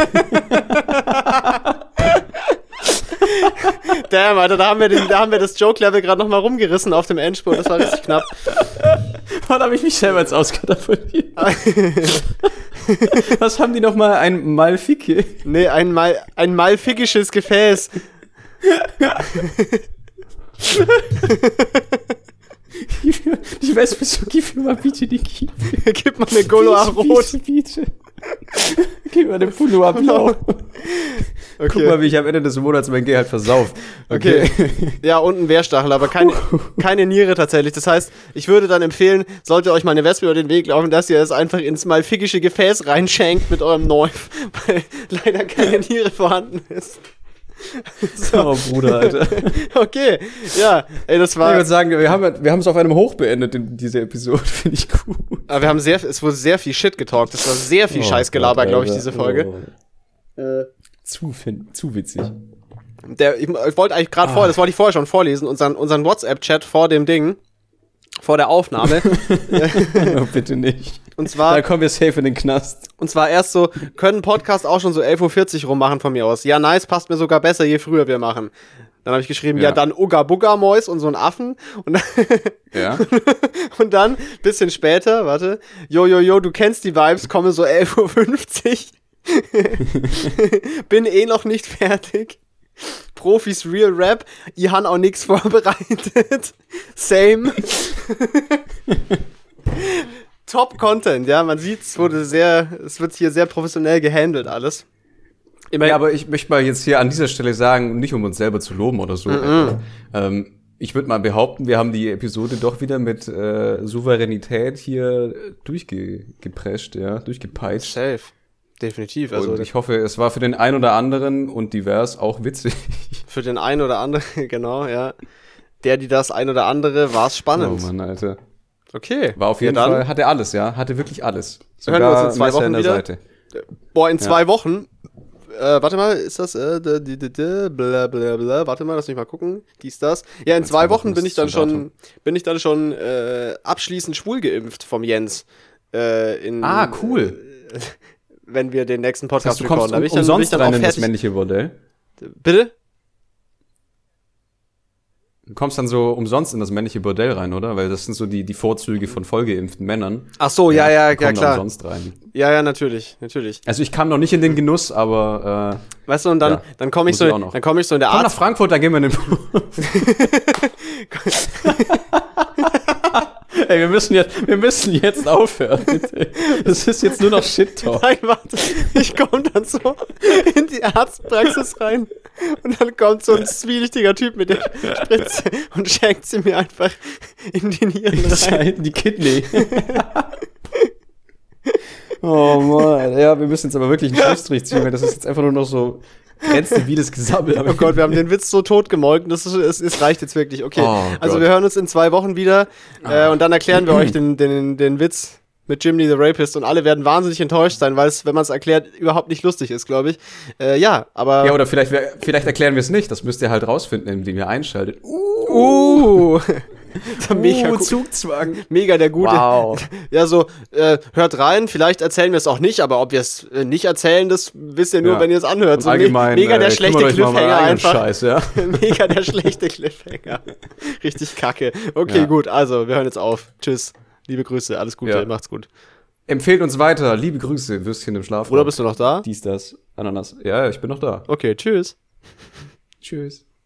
Damn, Alter, da haben wir, den, da haben wir das Joke-Level gerade nochmal rumgerissen auf dem Endspurt. Das war richtig knapp. Wann habe ich mich selber jetzt auskatapultiert? Was haben die nochmal? Ein Malficke? Nee, ein, Mal, ein malfigisches Gefäß. Ich weiß, wieso, gib mir mal bitte die Kippe. Gib mal eine Goloa Rot. Bitte, bitte. Gib mal eine Pullover Blau. Okay. Guck mal, wie ich am Ende des Monats mein Gehalt versaufe. Okay. okay. Ja, und ein Wehrstachel, aber keine, keine Niere tatsächlich. Das heißt, ich würde dann empfehlen, solltet ihr euch mal eine Wespe über den Weg laufen, dass ihr es einfach ins malfigische Gefäß reinschenkt mit eurem Knife, weil leider keine Niere vorhanden ist. So. Oh, Bruder, Alter. Okay, ja, ey, das war... Ich würde sagen, wir haben wir haben es auf einem Hoch beendet, in diese Episode, finde ich gut. Aber wir haben sehr, es wurde sehr viel Shit getalkt, das war sehr viel oh, Scheißgelaber, glaube ich, diese Folge. Oh. Äh, zu, zu witzig. Der, ich, ich wollte eigentlich gerade ah. vorher, das wollte ich vorher schon vorlesen, unseren, unseren WhatsApp-Chat vor dem Ding, vor der Aufnahme. No, bitte nicht. Und zwar, da kommen wir safe in den Knast. Und zwar erst so, können Podcast auch schon so elf Uhr vierzig rummachen von mir aus. Ja, nice, passt mir sogar besser, je früher wir machen. Dann habe ich geschrieben, ja, ja dann Uga Bugga Mäus und so ein Affen. Und dann, ja. Und dann, bisschen später, warte, jo, jo, jo, du kennst die Vibes, komme so elf Uhr fünfzig. Bin eh noch nicht fertig. Profis Real Rap, ich han auch nix vorbereitet. Same. Top Content, ja, man sieht, es wurde sehr, es wird hier sehr professionell gehandelt alles. Immerhin. Ja, aber ich möchte mal jetzt hier an dieser Stelle sagen, nicht um uns selber zu loben oder so. Mm-mm. Ähm, ich würde mal behaupten, wir haben die Episode doch wieder mit äh, Souveränität hier durchgeprescht, ja, durchgepeitscht. Safe. Definitiv. Also und ich hoffe, es war für den einen oder anderen und divers auch witzig. Für den einen oder anderen, genau, ja. Der, die das ein oder andere, war es spannend. Oh Mann, Alter. Okay. War auf jeden ja, Fall, hatte alles, ja, hatte wirklich alles. Sogar hören wir uns in zwei Messer Wochen in der wieder. Seite. Boah, in zwei ja. Wochen äh, warte mal, ist das, äh, d- d- d- d- bla, bla, bla, warte mal, lass mich mal gucken, dies, das. Ja, in In zwei zwei Wochen Wochen bin ist ich dann zum Datum. schon, bin ich dann schon, äh, abschließend schwul geimpft vom Jens. Äh, in, Ah, cool. Äh, wenn wir den nächsten Das Podcast heißt, du kommst Da bin um, ich dann, bin ich umsonst dann rein auch in das fertig. männliche Bordell. Bitte? Du kommst dann so umsonst in das männliche Bordell rein, oder? Weil das sind so die, die Vorzüge von vollgeimpften Männern. Ach so, ja, ja, ja, kommen da klar. umsonst rein. Ja, ja, natürlich, natürlich. Also ich kam noch nicht in den Genuss, aber äh, Weißt du, und dann, Ja, dann komme ich muss so, ich auch noch. dann komme ich so in der komm nach Arzt. Frankfurt, da gehen wir in den Ey, wir müssen jetzt, wir müssen jetzt aufhören, bitte. Das ist jetzt nur noch Shit-Talk. Nein, warte, ich komme dann so in die Arztpraxis rein und dann kommt so ein zwielichtiger Typ mit der Spritze und schenkt sie mir einfach in die Nieren rein. Die Kidney. Oh Mann, ja, wir müssen jetzt aber wirklich einen Schlussstrich ziehen, weil das ist jetzt einfach nur noch so grenzdebiles Gesabbel. Oh Gott, wir haben den Witz so tot gemolken, das ist, es, es reicht jetzt wirklich. Okay, Oh also Gott. wir hören uns in zwei Wochen wieder äh, und dann erklären wir euch den, den, den Witz mit Jimmy the Rapist und alle werden wahnsinnig enttäuscht sein, weil es, wenn man es erklärt, überhaupt nicht lustig ist, glaube ich. Äh, ja, aber... Ja, oder vielleicht, wär- vielleicht erklären wir es nicht. Das müsst ihr halt rausfinden, indem ihr einschaltet. Uh, das war mega gut. Zugzwang. Mega der gute. Wow. Ja, so, äh, hört rein, vielleicht erzählen wir es auch nicht, aber ob wir es äh, nicht erzählen, das wisst ihr nur, Ja. wenn ihr es anhört. So, me- Allgemein, mega der äh, schlechte kümmert euch mal um euren Cliffhanger eigenen einfach. Scheiß, ja. Mega der schlechte Cliffhanger. Richtig kacke. Okay, Ja. gut, also, wir hören jetzt auf. Tschüss. Liebe Grüße, alles Gute, Ja. macht's gut. Empfehlt uns weiter. Liebe Grüße, Würstchen im Schlaf. Oder bist du noch da? Dies, das, Ananas. Ja, ja, ich bin noch da. Okay, tschüss. Tschüss.